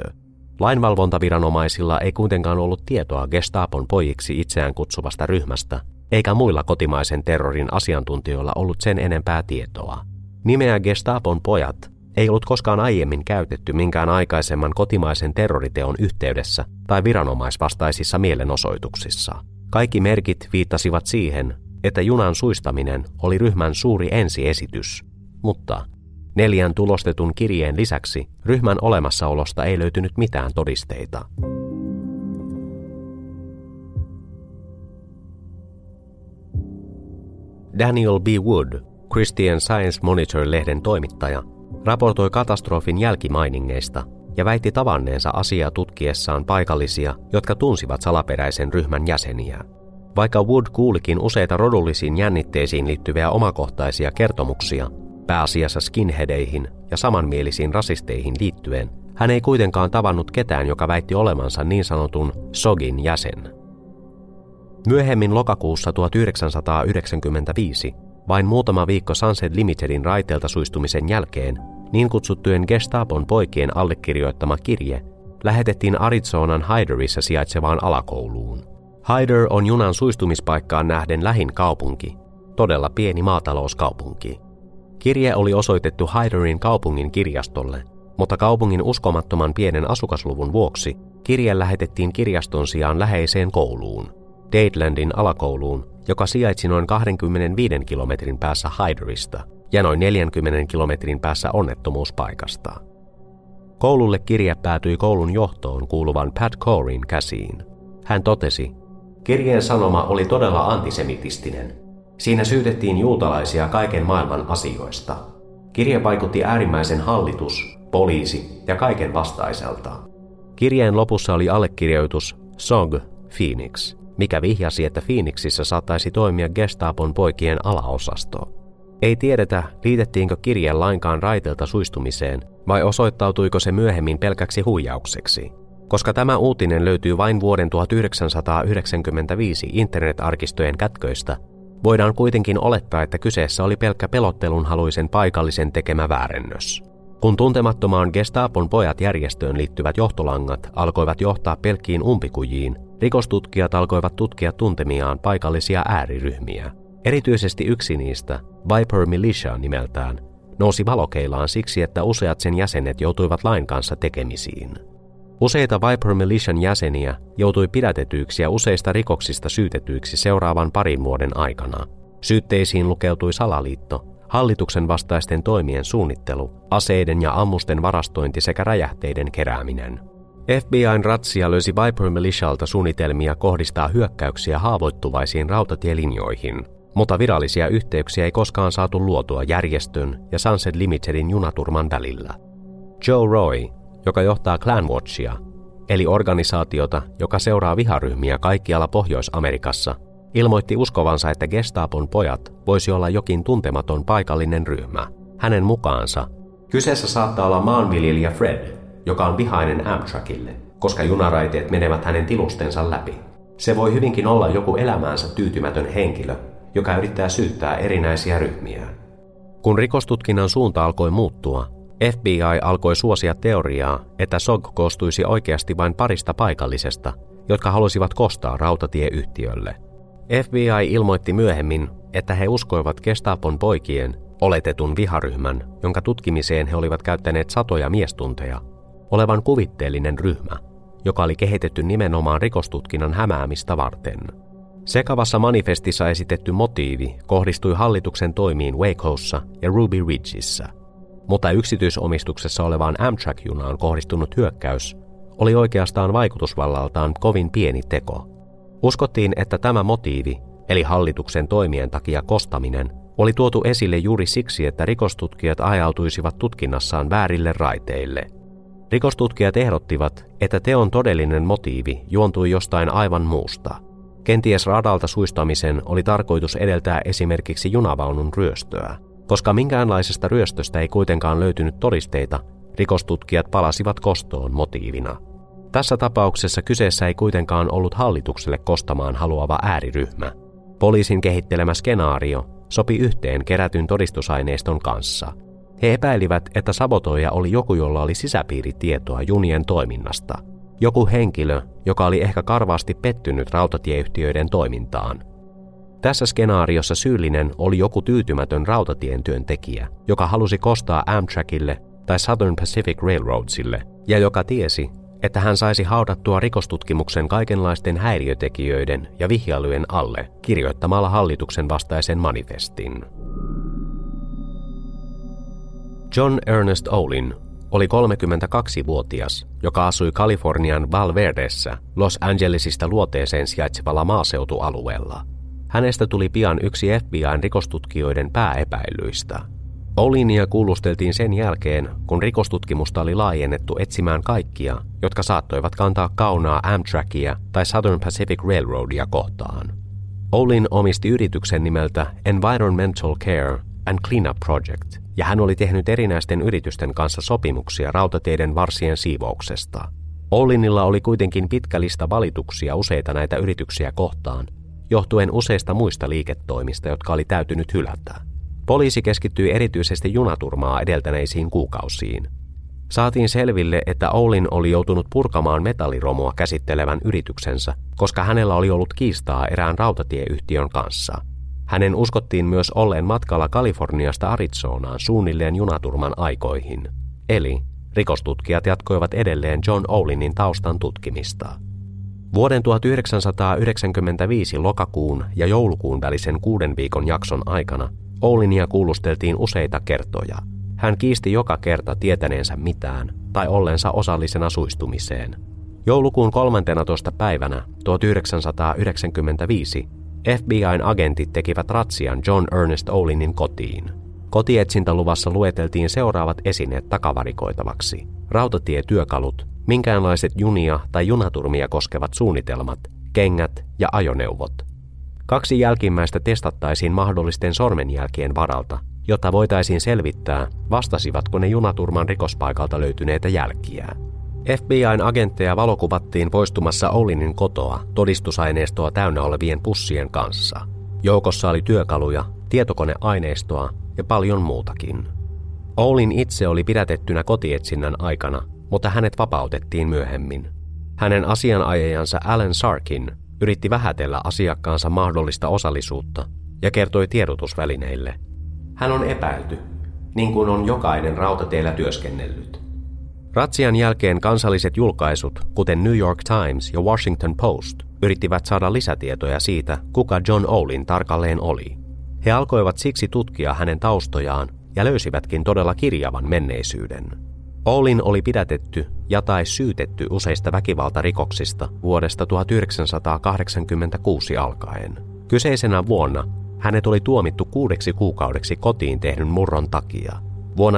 Lainvalvontaviranomaisilla ei kuitenkaan ollut tietoa Gestapon pojiksi itseään kutsuvasta ryhmästä, eikä muilla kotimaisen terrorin asiantuntijoilla ollut sen enempää tietoa. Nimeä Gestapon pojat ei ollut koskaan aiemmin käytetty minkään aikaisemman kotimaisen terroriteon yhteydessä tai viranomaisvastaisissa mielenosoituksissa. Kaikki merkit viittasivat siihen, että junan suistaminen oli ryhmän suuri ensiesitys, mutta 4 tulostetun kirjeen lisäksi ryhmän olemassaolosta ei löytynyt mitään todisteita. Daniel B. Wood, Christian Science Monitor-lehden toimittaja, raportoi katastrofin jälkimainingeista ja väitti tavanneensa asiaa tutkiessaan paikallisia, jotka tunsivat salaperäisen ryhmän jäseniä. Vaikka Wood kuulikin useita rodullisiin jännitteisiin liittyviä omakohtaisia kertomuksia, pääasiassa skinheadeihin ja samanmielisiin rasisteihin liittyen, hän ei kuitenkaan tavannut ketään, joka väitti olevansa niin sanotun SOGin jäsen. Myöhemmin lokakuussa 1995, vain muutama viikko Sunset Limitedin raiteelta suistumisen jälkeen, niin kutsuttujen Gestapon poikien allekirjoittama kirje lähetettiin Arizonan Hyderissa sijaitsevaan alakouluun. Hyder on junan suistumispaikkaan nähden lähin kaupunki, todella pieni maatalouskaupunki. Kirje oli osoitettu Hyderin kaupungin kirjastolle, mutta kaupungin uskomattoman pienen asukasluvun vuoksi kirje lähetettiin kirjaston sijaan läheiseen kouluun, Dadelandin alakouluun, joka sijaitsi noin 25 kilometrin päässä Hyderista ja noin 40 kilometrin päässä onnettomuuspaikasta. Koululle kirje päätyi koulun johtoon kuuluvan Pat Corin käsiin. Hän totesi, kirjeen sanoma oli todella antisemitistinen. Siinä syytettiin juutalaisia kaiken maailman asioista. Kirje vaikutti äärimmäisen hallitus, poliisi ja kaiken vastaiselta. Kirjeen lopussa oli allekirjoitus SOG Phoenix, mikä vihjasi, että Phoenixissa saattaisi toimia Gestapon poikien alaosasto. Ei tiedetä, liitettiinkö kirje lainkaan raiteelta suistumiseen vai osoittautuiko se myöhemmin pelkäksi huijaukseksi. Koska tämä uutinen löytyy vain vuoden 1995 internetarkistojen kätköistä, voidaan kuitenkin olettaa, että kyseessä oli pelkkä pelottelunhaluisen paikallisen tekemä väärennös. Kun tuntemattomaan Gestapon pojat järjestöön liittyvät johtolangat alkoivat johtaa pelkkiin umpikujiin, rikostutkijat alkoivat tutkia tuntemiaan paikallisia ääriryhmiä. Erityisesti yksi niistä, Viper Militia nimeltään, nousi valokeilaan siksi, että useat sen jäsenet joutuivat lain kanssa tekemisiin. Useita Viper Militian jäseniä joutui pidätetyiksi ja useista rikoksista syytetyiksi seuraavan parin vuoden aikana. Syytteisiin lukeutui salaliitto, hallituksen vastaisten toimien suunnittelu, aseiden ja ammusten varastointi sekä räjähteiden kerääminen. FBI:n ratsia löysi Viper Militialta suunnitelmia kohdistaa hyökkäyksiä haavoittuvaisiin rautatielinjoihin, mutta virallisia yhteyksiä ei koskaan saatu luotua järjestön ja Sunset Limitedin junaturman välillä. Joe Roy, joka johtaa Clanwatchia, eli organisaatiota, joka seuraa viharyhmiä kaikkialla Pohjois-Amerikassa, ilmoitti uskovansa, että Gestapon pojat voisi olla jokin tuntematon paikallinen ryhmä. Hänen mukaansa kyseessä saattaa olla maanviljelijä Fred, joka on vihainen Amtrakille, koska junaraiteet menevät hänen tilustensa läpi. Se voi hyvinkin olla joku elämäänsä tyytymätön henkilö, joka yrittää syyttää erinäisiä ryhmiä. Kun rikostutkinnan suunta alkoi muuttua, FBI alkoi suosia teoriaa, että SOG koostuisi oikeasti vain parista paikallisesta, jotka halusivat kostaa rautatieyhtiölle. FBI ilmoitti myöhemmin, että he uskoivat Gestapon poikien, oletetun viharyhmän, jonka tutkimiseen he olivat käyttäneet satoja miestunteja, olevan kuvitteellinen ryhmä, joka oli kehitetty nimenomaan rikostutkinnan hämäämistä varten. Sekavassa manifestissa esitetty motiivi kohdistui hallituksen toimiin Wacossa ja Ruby Ridgeissä, mutta yksityisomistuksessa olevaan Amtrak-junaan kohdistunut hyökkäys oli oikeastaan vaikutusvallaltaan kovin pieni teko. Uskottiin, että tämä motiivi, eli hallituksen toimien takia kostaminen, oli tuotu esille juuri siksi, että rikostutkijat ajautuisivat tutkinnassaan väärille raiteille. Rikostutkijat ehdottivat, että teon todellinen motiivi juontui jostain aivan muusta. Kenties radalta suistamisen oli tarkoitus edeltää esimerkiksi junavaunun ryöstöä. Koska minkäänlaisesta ryöstöstä ei kuitenkaan löytynyt todisteita, rikostutkijat palasivat kostoon motiivina. Tässä tapauksessa kyseessä ei kuitenkaan ollut hallitukselle kostamaan haluava ääriryhmä. Poliisin kehittelemä skenaario sopi yhteen kerätyn todistusaineiston kanssa. He epäilivät, että sabotoija oli joku, jolla oli sisäpiiritietoa junien toiminnasta. Joku henkilö, joka oli ehkä karvaasti pettynyt rautatieyhtiöiden toimintaan. Tässä skenaariossa syyllinen oli joku tyytymätön rautatien työntekijä, joka halusi kostaa Amtrakille tai Southern Pacific Railroadsille, ja joka tiesi, että hän saisi haudattua rikostutkimuksen kaikenlaisten häiriötekijöiden ja vihjailujen alle kirjoittamalla hallituksen vastaisen manifestin. John Ernest Olin oli 32-vuotias, joka asui Kalifornian Val Verdessä, Los Angelesista luoteeseen sijaitsevalla maaseutualueella. Hänestä tuli pian yksi FBI:n rikostutkijoiden pääepäilyistä. Olinia kuulusteltiin sen jälkeen, kun rikostutkimusta oli laajennettu etsimään kaikkia, jotka saattoivat kantaa kaunaa Amtrakia tai Southern Pacific Railroadia kohtaan. Olin omisti yrityksen nimeltä Environmental Care and Cleanup Project, ja hän oli tehnyt erinäisten yritysten kanssa sopimuksia rautateiden varsien siivouksesta. Olinilla oli kuitenkin pitkä lista valituksia useita näitä yrityksiä kohtaan, johtuen useista muista liiketoimista, jotka oli täytynyt hylätä. Poliisi keskittyi erityisesti junaturmaa edeltäneisiin kuukausiin. Saatiin selville, että Olin oli joutunut purkamaan metalliromua käsittelevän yrityksensä, koska hänellä oli ollut kiistaa erään rautatieyhtiön kanssa. Hänen uskottiin myös olleen matkalla Kaliforniasta Arizonaan suunnilleen junaturman aikoihin. Eli rikostutkijat jatkoivat edelleen John Olinin taustan tutkimista. Vuoden 1995 lokakuun ja joulukuun välisen 6 viikon jakson aikana Olinia kuulusteltiin useita kertoja. Hän kiisti joka kerta tietäneensä mitään tai ollensa osallisena suistumiseen. Joulukuun 13. päivänä 1995 FBI:n agentit tekivät ratsian John Ernest Olinin kotiin. Kotietsintäluvassa lueteltiin seuraavat esineet takavarikoitavaksi: rautatietyökalut, minkäänlaiset junia tai junaturmia koskevat suunnitelmat, kengät ja ajoneuvot. 2 jälkimmäistä testattaisiin mahdollisten sormenjälkien varalta, jotta voitaisiin selvittää, vastasivatko ne junaturman rikospaikalta löytyneitä jälkiä. FBI:n agentteja valokuvattiin poistumassa Olinin kotoa todistusaineistoa täynnä olevien pussien kanssa. Joukossa oli työkaluja, tietokoneaineistoa ja paljon muutakin. Olin itse oli pidätettynä kotietsinnän aikana, mutta hänet vapautettiin myöhemmin. Hänen asianajajansa Alan Sarkin yritti vähätellä asiakkaansa mahdollista osallisuutta ja kertoi tiedotusvälineille: hän on epäilty, niin kuin on jokainen rautateillä työskennellyt. Ratsian jälkeen kansalliset julkaisut, kuten New York Times ja Washington Post, yrittivät saada lisätietoja siitä, kuka John Olin tarkalleen oli. He alkoivat siksi tutkia hänen taustojaan ja löysivätkin todella kirjavan menneisyyden. Olin oli pidätetty ja tai syytetty useista väkivaltarikoksista vuodesta 1986 alkaen. Kyseisenä vuonna hänet oli tuomittu 6 kuukaudeksi kotiin tehdyn murron takia. Vuonna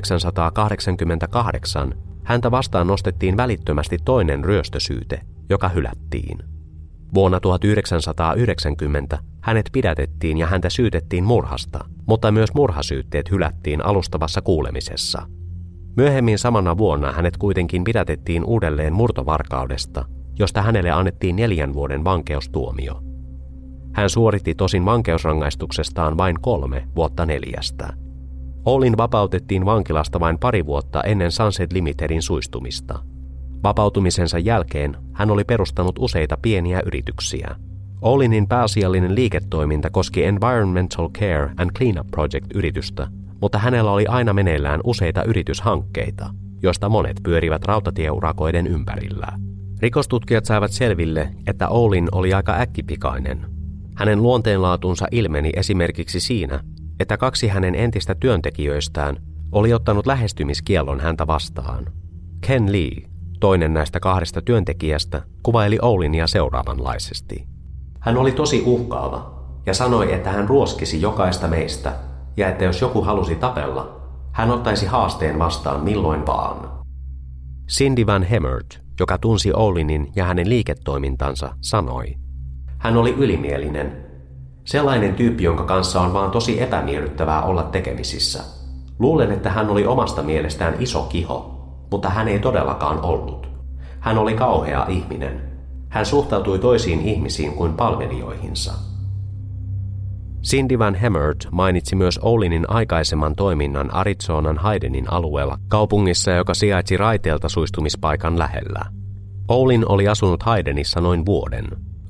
1988 häntä vastaan nostettiin välittömästi toinen ryöstösyyte, joka hylättiin. Vuonna 1990 hänet pidätettiin ja häntä syytettiin murhasta, mutta myös murhasyytteet hylättiin alustavassa kuulemisessa. Myöhemmin samana vuonna hänet kuitenkin pidätettiin uudelleen murtovarkaudesta, josta hänelle annettiin 4 vuoden vankeustuomio. Hän suoritti tosin vankeusrangaistuksestaan vain 3 vuotta 4. Olin vapautettiin vankilasta vain 2 vuotta ennen Sunset Limitedin suistumista. Vapautumisensa jälkeen hän oli perustanut useita pieniä yrityksiä. Olinin pääasiallinen liiketoiminta koski Environmental Care and Cleanup Project-yritystä, mutta hänellä oli aina meneillään useita yrityshankkeita, joista monet pyörivät rautatieurakoiden ympärillä. Rikostutkijat saivat selville, että Olin oli aika äkkipikainen. Hänen luonteenlaatunsa ilmeni esimerkiksi siinä, että 2 hänen entistä työntekijöistään oli ottanut lähestymiskiellon häntä vastaan. Ken Lee, toinen näistä 2 työntekijästä, kuvaili Olinia seuraavanlaisesti. Hän oli tosi uhkaava ja sanoi, että hän ruoskisi jokaista meistä ja että jos joku halusi tapella, hän ottaisi haasteen vastaan milloin vaan. Cindy Van Hemert, joka tunsi Olinin ja hänen liiketoimintansa, sanoi: hän oli ylimielinen. Sellainen tyyppi, jonka kanssa on vaan tosi epämiellyttävää olla tekemisissä. Luulen, että hän oli omasta mielestään iso kiho, mutta hän ei todellakaan ollut. Hän oli kauhea ihminen. Hän suhtautui toisiin ihmisiin kuin palvelijoihinsa. Cindy Van Hemert mainitsi myös Olinin aikaisemman toiminnan Arizonan Haydenin alueella, kaupungissa, joka sijaitsi raiteelta suistumispaikan lähellä. Olin oli asunut Haydenissa noin vuoden.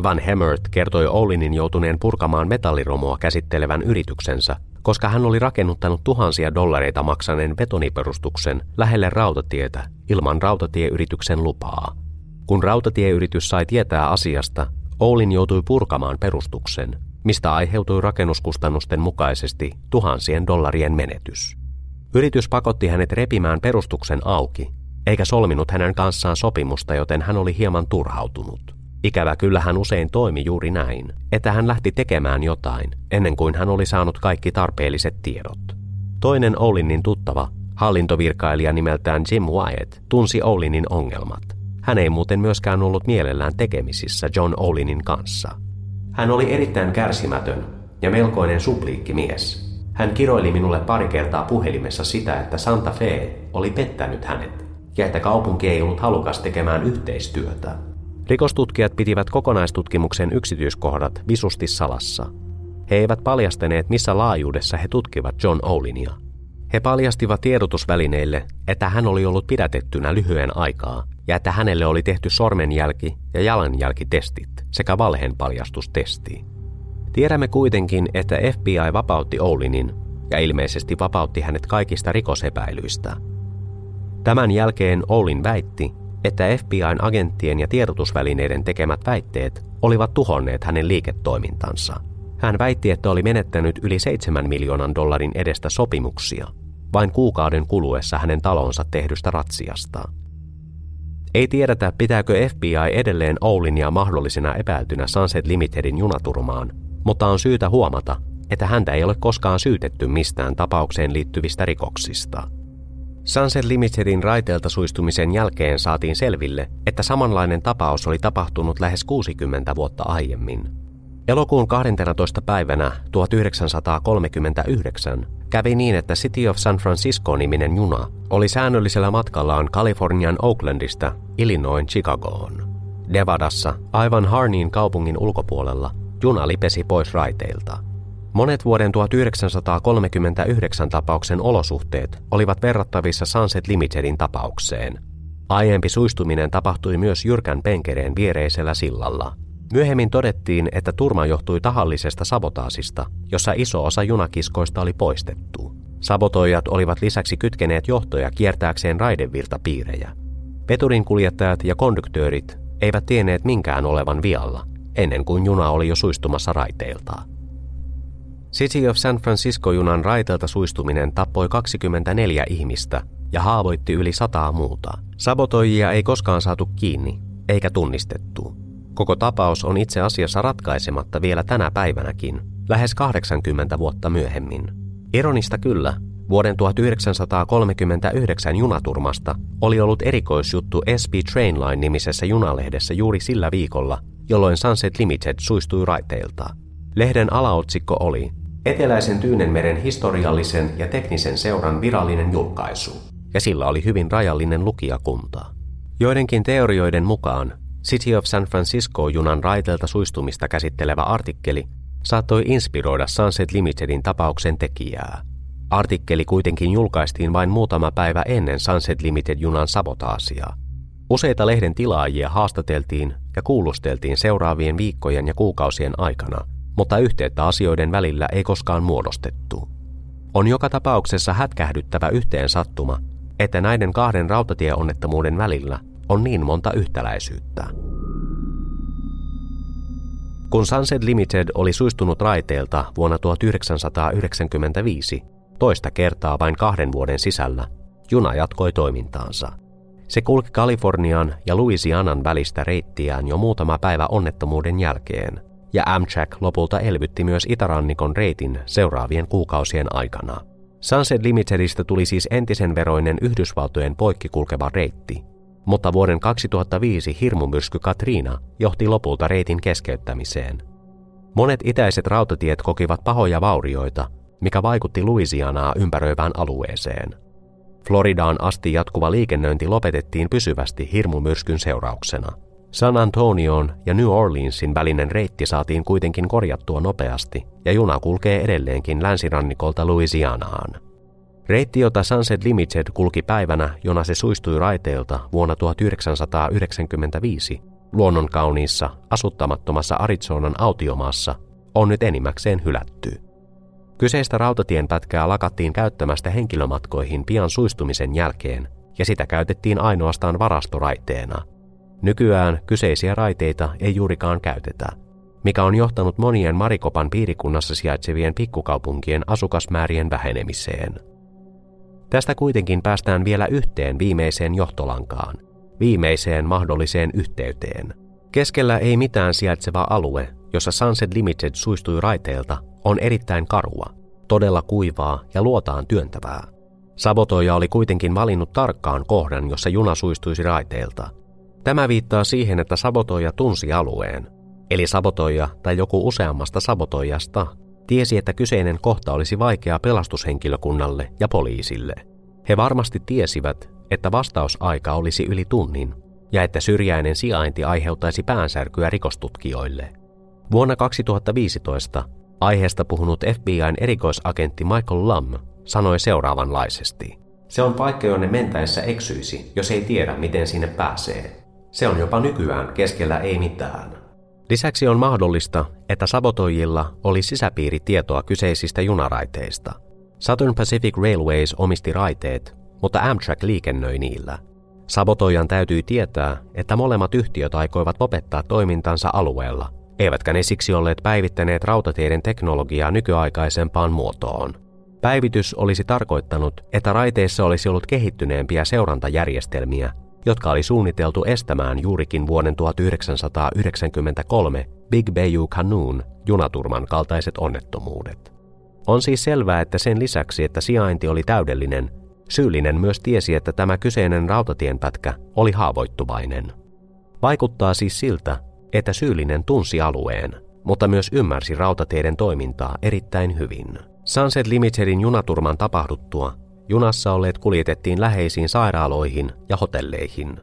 Van Hemert kertoi Olinin joutuneen purkamaan metalliromua käsittelevän yrityksensä, koska hän oli rakennuttanut tuhansia dollareita maksaneen betoniperustuksen lähelle rautatietä ilman rautatieyrityksen lupaa. Kun rautatieyritys sai tietää asiasta, Olin joutui purkamaan perustuksen, mistä aiheutui rakennuskustannusten mukaisesti tuhansien dollarien menetys. Yritys pakotti hänet repimään perustuksen auki, eikä solminut hänen kanssaan sopimusta, joten hän oli hieman turhautunut. Ikävä kyllä hän usein toimi juuri näin, että hän lähti tekemään jotain ennen kuin hän oli saanut kaikki tarpeelliset tiedot. Toinen Olinin tuttava, hallintovirkailija nimeltään Jim Wyatt, tunsi Olinin ongelmat. Hän ei muuten myöskään ollut mielellään tekemisissä John Olinin kanssa. Hän oli erittäin kärsimätön ja melkoinen supliikkimies. Hän kiroili minulle pari kertaa puhelimessa sitä, että Santa Fe oli pettänyt hänet ja että kaupunki ei ollut halukas tekemään yhteistyötä. Rikostutkijat pitivät kokonaistutkimuksen yksityiskohdat visusti salassa. He eivät paljastaneet, missä laajuudessa he tutkivat John Olinia. He paljastivat tiedotusvälineille, että hän oli ollut pidätettynä lyhyen aikaa ja että hänelle oli tehty sormenjälki- ja jalanjälkitestit sekä valheenpaljastustesti. Tiedämme kuitenkin, että FBI vapautti Olinin ja ilmeisesti vapautti hänet kaikista rikosepäilyistä. Tämän jälkeen Olin väitti, että FBI:n agenttien ja tiedotusvälineiden tekemät väitteet olivat tuhonneet hänen liiketoimintansa. Hän väitti, että oli menettänyt yli 7 miljoonan dollarin edestä sopimuksia vain kuukauden kuluessa hänen talonsa tehdystä ratsiasta. Ei tiedetä, pitääkö FBI edelleen Olinia mahdollisena epäiltynä Sunset Limitedin junaturmaan, mutta on syytä huomata, että häntä ei ole koskaan syytetty mistään tapaukseen liittyvistä rikoksista. Sunset Limitedin raiteelta suistumisen jälkeen saatiin selville, että samanlainen tapaus oli tapahtunut lähes 60 vuotta aiemmin. Elokuun 12. päivänä 1939 kävi niin, että City of San Francisco-niminen juna oli säännöllisellä matkallaan Kalifornian Oaklandista Illinoisin Chicagoon. Nevadassa, aivan Harneyn kaupungin ulkopuolella, juna lipesi pois raiteilta. Monet vuoden 1939 tapauksen olosuhteet olivat verrattavissa Sunset Limitedin tapaukseen. Aiempi suistuminen tapahtui myös jyrkän penkereen viereisellä sillalla. Myöhemmin todettiin, että turma johtui tahallisesta sabotaasista, jossa iso osa junakiskoista oli poistettu. Sabotoijat olivat lisäksi kytkeneet johtoja kiertääkseen raidevirtapiirejä. Veturinkuljettajat ja konduktöörit eivät tienneet minkään olevan vialla, ennen kuin juna oli jo suistumassa raiteilta. City of San Francisco-junan raiteelta suistuminen tappoi 24 ihmistä ja haavoitti yli 100 muuta. Sabotoijia ei koskaan saatu kiinni, eikä tunnistettu. Koko tapaus on itse asiassa ratkaisematta vielä tänä päivänäkin, lähes 80 vuotta myöhemmin. Ironista kyllä, vuoden 1939 junaturmasta oli ollut erikoisjuttu SP Trainline-nimisessä junalehdessä juuri sillä viikolla, jolloin Sunset Limited suistui raiteilta. Lehden alaotsikko oli Eteläisen Tyynenmeren historiallisen ja teknisen seuran virallinen julkaisu, ja sillä oli hyvin rajallinen lukijakunta. Joidenkin teorioiden mukaan City of San Francisco-junan raiteelta suistumista käsittelevä artikkeli saattoi inspiroida Sunset Limitedin tapauksen tekijää. Artikkeli kuitenkin julkaistiin vain muutama päivä ennen Sunset Limited-junan sabotaasia. Useita lehden tilaajia haastateltiin ja kuulusteltiin seuraavien viikkojen ja kuukausien aikana, mutta yhteyttä asioiden välillä ei koskaan muodostettu. On joka tapauksessa hätkähdyttävä yhteensattuma, että näiden kahden rautatieonnettomuuden välillä on niin monta yhtäläisyyttä. Kun Sunset Limited oli suistunut raiteelta vuonna 1995, toista kertaa vain 2 vuoden sisällä, juna jatkoi toimintaansa. Se kulki Kalifornian ja Louisianan välistä reittiään jo muutama päivä onnettomuuden jälkeen, ja Amtrak lopulta elvytti myös itärannikon reitin seuraavien kuukausien aikana. Sunset Limitedistä tuli siis entisen veroinen Yhdysvaltojen poikkikulkeva reitti, mutta vuoden 2005 hirmumyrsky Katrina johti lopulta reitin keskeyttämiseen. Monet itäiset rautatiet kokivat pahoja vaurioita, mikä vaikutti Louisianaa ympäröivään alueeseen. Floridaan asti jatkuva liikennöinti lopetettiin pysyvästi hirmumyrskyn seurauksena. San Antonioon ja New Orleansin välinen reitti saatiin kuitenkin korjattua nopeasti, ja juna kulkee edelleenkin länsirannikolta Louisianaan. Reitti, jota Sunset Limited kulki päivänä, jona se suistui raiteilta vuonna 1995, luonnonkauniissa, asuttamattomassa Arizonan autiomaassa, on nyt enimmäkseen hylätty. Kyseistä rautatienpätkää lakattiin käyttämästä henkilömatkoihin pian suistumisen jälkeen, ja sitä käytettiin ainoastaan varastoraiteena. Nykyään kyseisiä raiteita ei juurikaan käytetä, mikä on johtanut monien Maricopan piirikunnassa sijaitsevien pikkukaupunkien asukasmäärien vähenemiseen. Tästä kuitenkin päästään vielä yhteen viimeiseen johtolankaan, viimeiseen mahdolliseen yhteyteen. Keskellä ei mitään sijaitseva alue, jossa Sunset Limited suistui raiteilta, on erittäin karua, todella kuivaa ja luotaan työntävää. Sabotoija oli kuitenkin valinnut tarkkaan kohdan, jossa juna suistuisi raiteilta. Tämä viittaa siihen, että sabotoija tunsi alueen. Eli sabotoija tai joku useammasta sabotoijasta tiesi, että kyseinen kohta olisi vaikea pelastushenkilökunnalle ja poliisille. He varmasti tiesivät, että vastausaika olisi yli tunnin ja että syrjäinen sijainti aiheuttaisi päänsärkyä rikostutkijoille. Vuonna 2015 aiheesta puhunut FBI:n erikoisagentti Michael Lum sanoi seuraavanlaisesti. Se on paikka, jonne mentäessä eksyisi, jos ei tiedä, miten sinne pääsee. Se on jopa nykyään keskellä ei mitään. Lisäksi on mahdollista, että sabotoijilla oli sisäpiiritietoa kyseisistä junaraiteista. Southern Pacific Railways omisti raiteet, mutta Amtrak liikennöi niillä. Sabotoijan täytyy tietää, että molemmat yhtiöt aikoivat lopettaa toimintansa alueella, eivätkä ne siksi olleet päivittäneet rautateiden teknologiaa nykyaikaisempaan muotoon. Päivitys olisi tarkoittanut, että raiteissa olisi ollut kehittyneempiä seurantajärjestelmiä, jotka oli suunniteltu estämään juurikin vuoden 1993 Big Bayou Canoen junaturman kaltaiset onnettomuudet. On siis selvää, että sen lisäksi, että sijainti oli täydellinen, syyllinen myös tiesi, että tämä kyseinen rautatienpätkä oli haavoittuvainen. Vaikuttaa siis siltä, että syyllinen tunsi alueen, mutta myös ymmärsi rautateiden toimintaa erittäin hyvin. Sunset Limitedin junaturman tapahduttua junassa olleet kuljetettiin läheisiin sairaaloihin ja hotelleihin.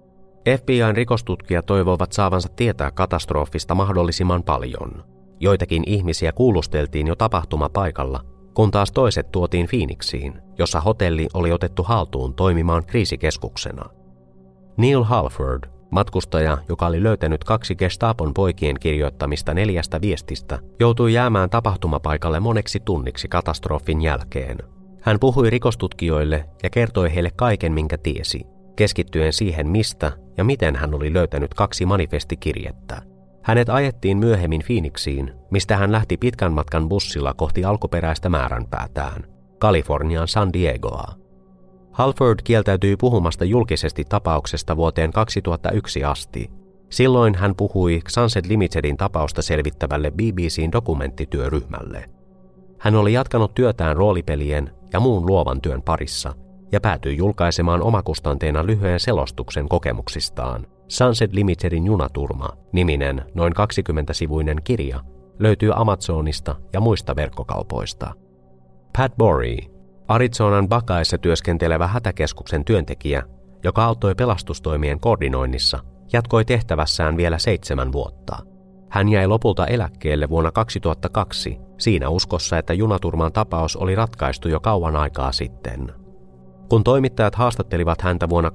FBI:n rikostutkijat toivovat saavansa tietää katastrofista mahdollisimman paljon. Joitakin ihmisiä kuulusteltiin jo tapahtumapaikalla, kun taas toiset tuotiin Phoenixiin, jossa hotelli oli otettu haltuun toimimaan kriisikeskuksena. Neil Halford, matkustaja, joka oli löytänyt 2 Gestapon poikien kirjoittamista 4 viestistä, joutui jäämään tapahtumapaikalle moneksi tunniksi katastrofin jälkeen. Hän puhui rikostutkijoille ja kertoi heille kaiken, minkä tiesi, keskittyen siihen, mistä ja miten hän oli löytänyt 2 manifestikirjettä. Hänet ajettiin myöhemmin Phoenixiin, mistä hän lähti pitkän matkan bussilla kohti alkuperäistä määränpäätään, Kalifornian San Diegoa. Halford kieltäytyi puhumasta julkisesti tapauksesta vuoteen 2001 asti. Silloin hän puhui Sunset Limitedin tapausta selvittävälle BBC:n dokumenttityöryhmälle. Hän oli jatkanut työtään roolipelien ja muun luovan työn parissa ja päätyi julkaisemaan omakustanteena lyhyen selostuksen kokemuksistaan. Sunset Limitedin junaturma, niminen noin 20-sivuinen kirja, löytyy Amazonista ja muista verkkokaupoista. Pat Borey, Arizonan Buckeyessa työskentelevä hätäkeskuksen työntekijä, joka auttoi pelastustoimien koordinoinnissa, jatkoi tehtävässään vielä 7 vuotta. Hän jäi lopulta eläkkeelle vuonna 2002 siinä uskossa, että junaturman tapaus oli ratkaistu jo kauan aikaa sitten. Kun toimittajat haastattelivat häntä vuonna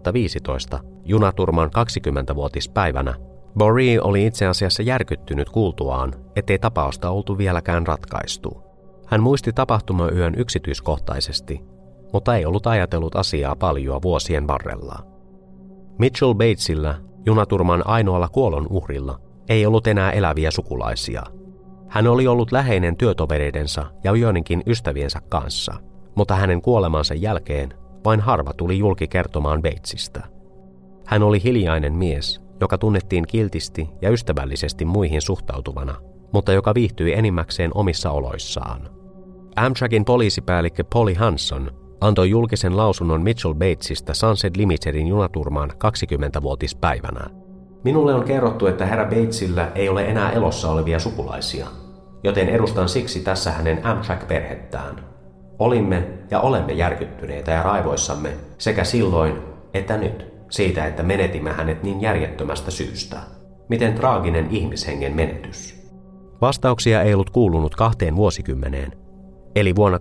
2015 junaturman 20-vuotispäivänä, Borey oli itse asiassa järkyttynyt kuultuaan, ettei tapausta oltu vieläkään ratkaistu. Hän muisti tapahtumayön yksityiskohtaisesti, mutta ei ollut ajatellut asiaa paljoa vuosien varrella. Mitchell Batesillä, junaturman ainoalla kuolon uhrilla, ei ollut enää eläviä sukulaisia. Hän oli ollut läheinen työtovereidensa ja joidenkin ystäviensä kanssa, mutta hänen kuolemansa jälkeen vain harva tuli julki kertomaan Batesista. Hän oli hiljainen mies, joka tunnettiin kiltisti ja ystävällisesti muihin suhtautuvana, mutta joka viihtyi enimmäkseen omissa oloissaan. Amtrakin poliisipäällikkö Polly Hanson antoi julkisen lausunnon Mitchell Batesista Sunset Limitedin junaturmaan 20-vuotispäivänä. Minulle on kerrottu, että herra Batesillä ei ole enää elossa olevia sukulaisia, joten edustan siksi tässä hänen Amtrak-perhettään. Olimme ja olemme järkyttyneitä ja raivoissamme sekä silloin että nyt siitä, että menetimme hänet niin järjettömästä syystä. Miten traaginen ihmishengen menetys. Vastauksia ei ollut kuulunut 2 vuosikymmeneen. Eli vuonna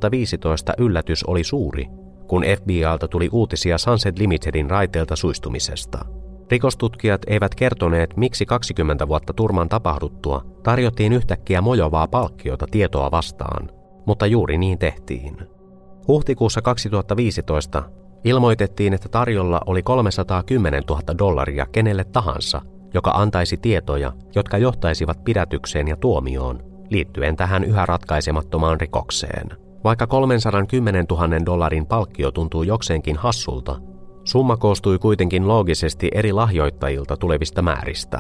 2015 yllätys oli suuri, kun FBI:lta tuli uutisia Sunset Limitedin raiteilta suistumisesta. Rikostutkijat eivät kertoneet, miksi 20 vuotta turman tapahduttua tarjottiin yhtäkkiä mojovaa palkkiota tietoa vastaan, mutta juuri niin tehtiin. Huhtikuussa 2015 ilmoitettiin, että tarjolla oli $310,000 kenelle tahansa, joka antaisi tietoja, jotka johtaisivat pidätykseen ja tuomioon, liittyen tähän yhä ratkaisemattomaan rikokseen. Vaikka $310,000 palkkio tuntuu jokseenkin hassulta, summa koostui kuitenkin loogisesti eri lahjoittajilta tulevista määristä.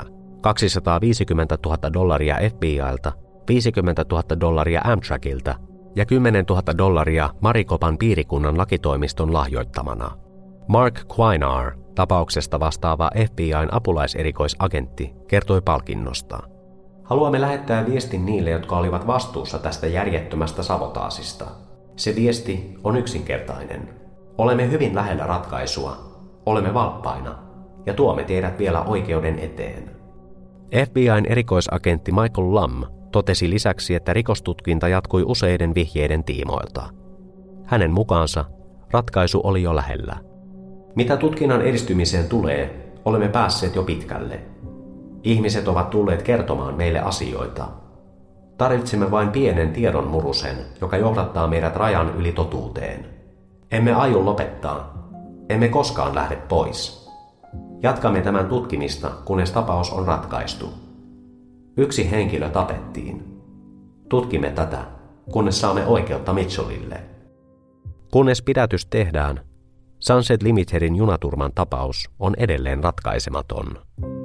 $250,000 FBI:lta, $50,000 Amtrakilta ja $10,000 Maricopan piirikunnan lakitoimiston lahjoittamana. Mark Quinar, tapauksesta vastaava FBI:n apulaiserikoisagentti, kertoi palkinnosta. Haluamme lähettää viestin niille, jotka olivat vastuussa tästä järjettömästä sabotaasista. Se viesti on yksinkertainen. Olemme hyvin lähellä ratkaisua, olemme valppaina ja tuomme teidät vielä oikeuden eteen. FBI:n erikoisagentti Michael Lum totesi lisäksi, että rikostutkinta jatkui useiden vihjeiden tiimoilta. Hänen mukaansa ratkaisu oli jo lähellä. Mitä tutkinnan edistymiseen tulee, olemme päässeet jo pitkälle. Ihmiset ovat tulleet kertomaan meille asioita. Tarvitsemme vain pienen tiedon murusen, joka johdattaa meidät rajan yli totuuteen. Emme aio lopettaa. Emme koskaan lähde pois. Jatkamme tämän tutkimista, kunnes tapaus on ratkaistu. Yksi henkilö tapettiin. Tutkimme tätä, kunnes saamme oikeutta Mitchellille. Kunnes pidätys tehdään, Sunset Limitedin junaturman tapaus on edelleen ratkaisematon.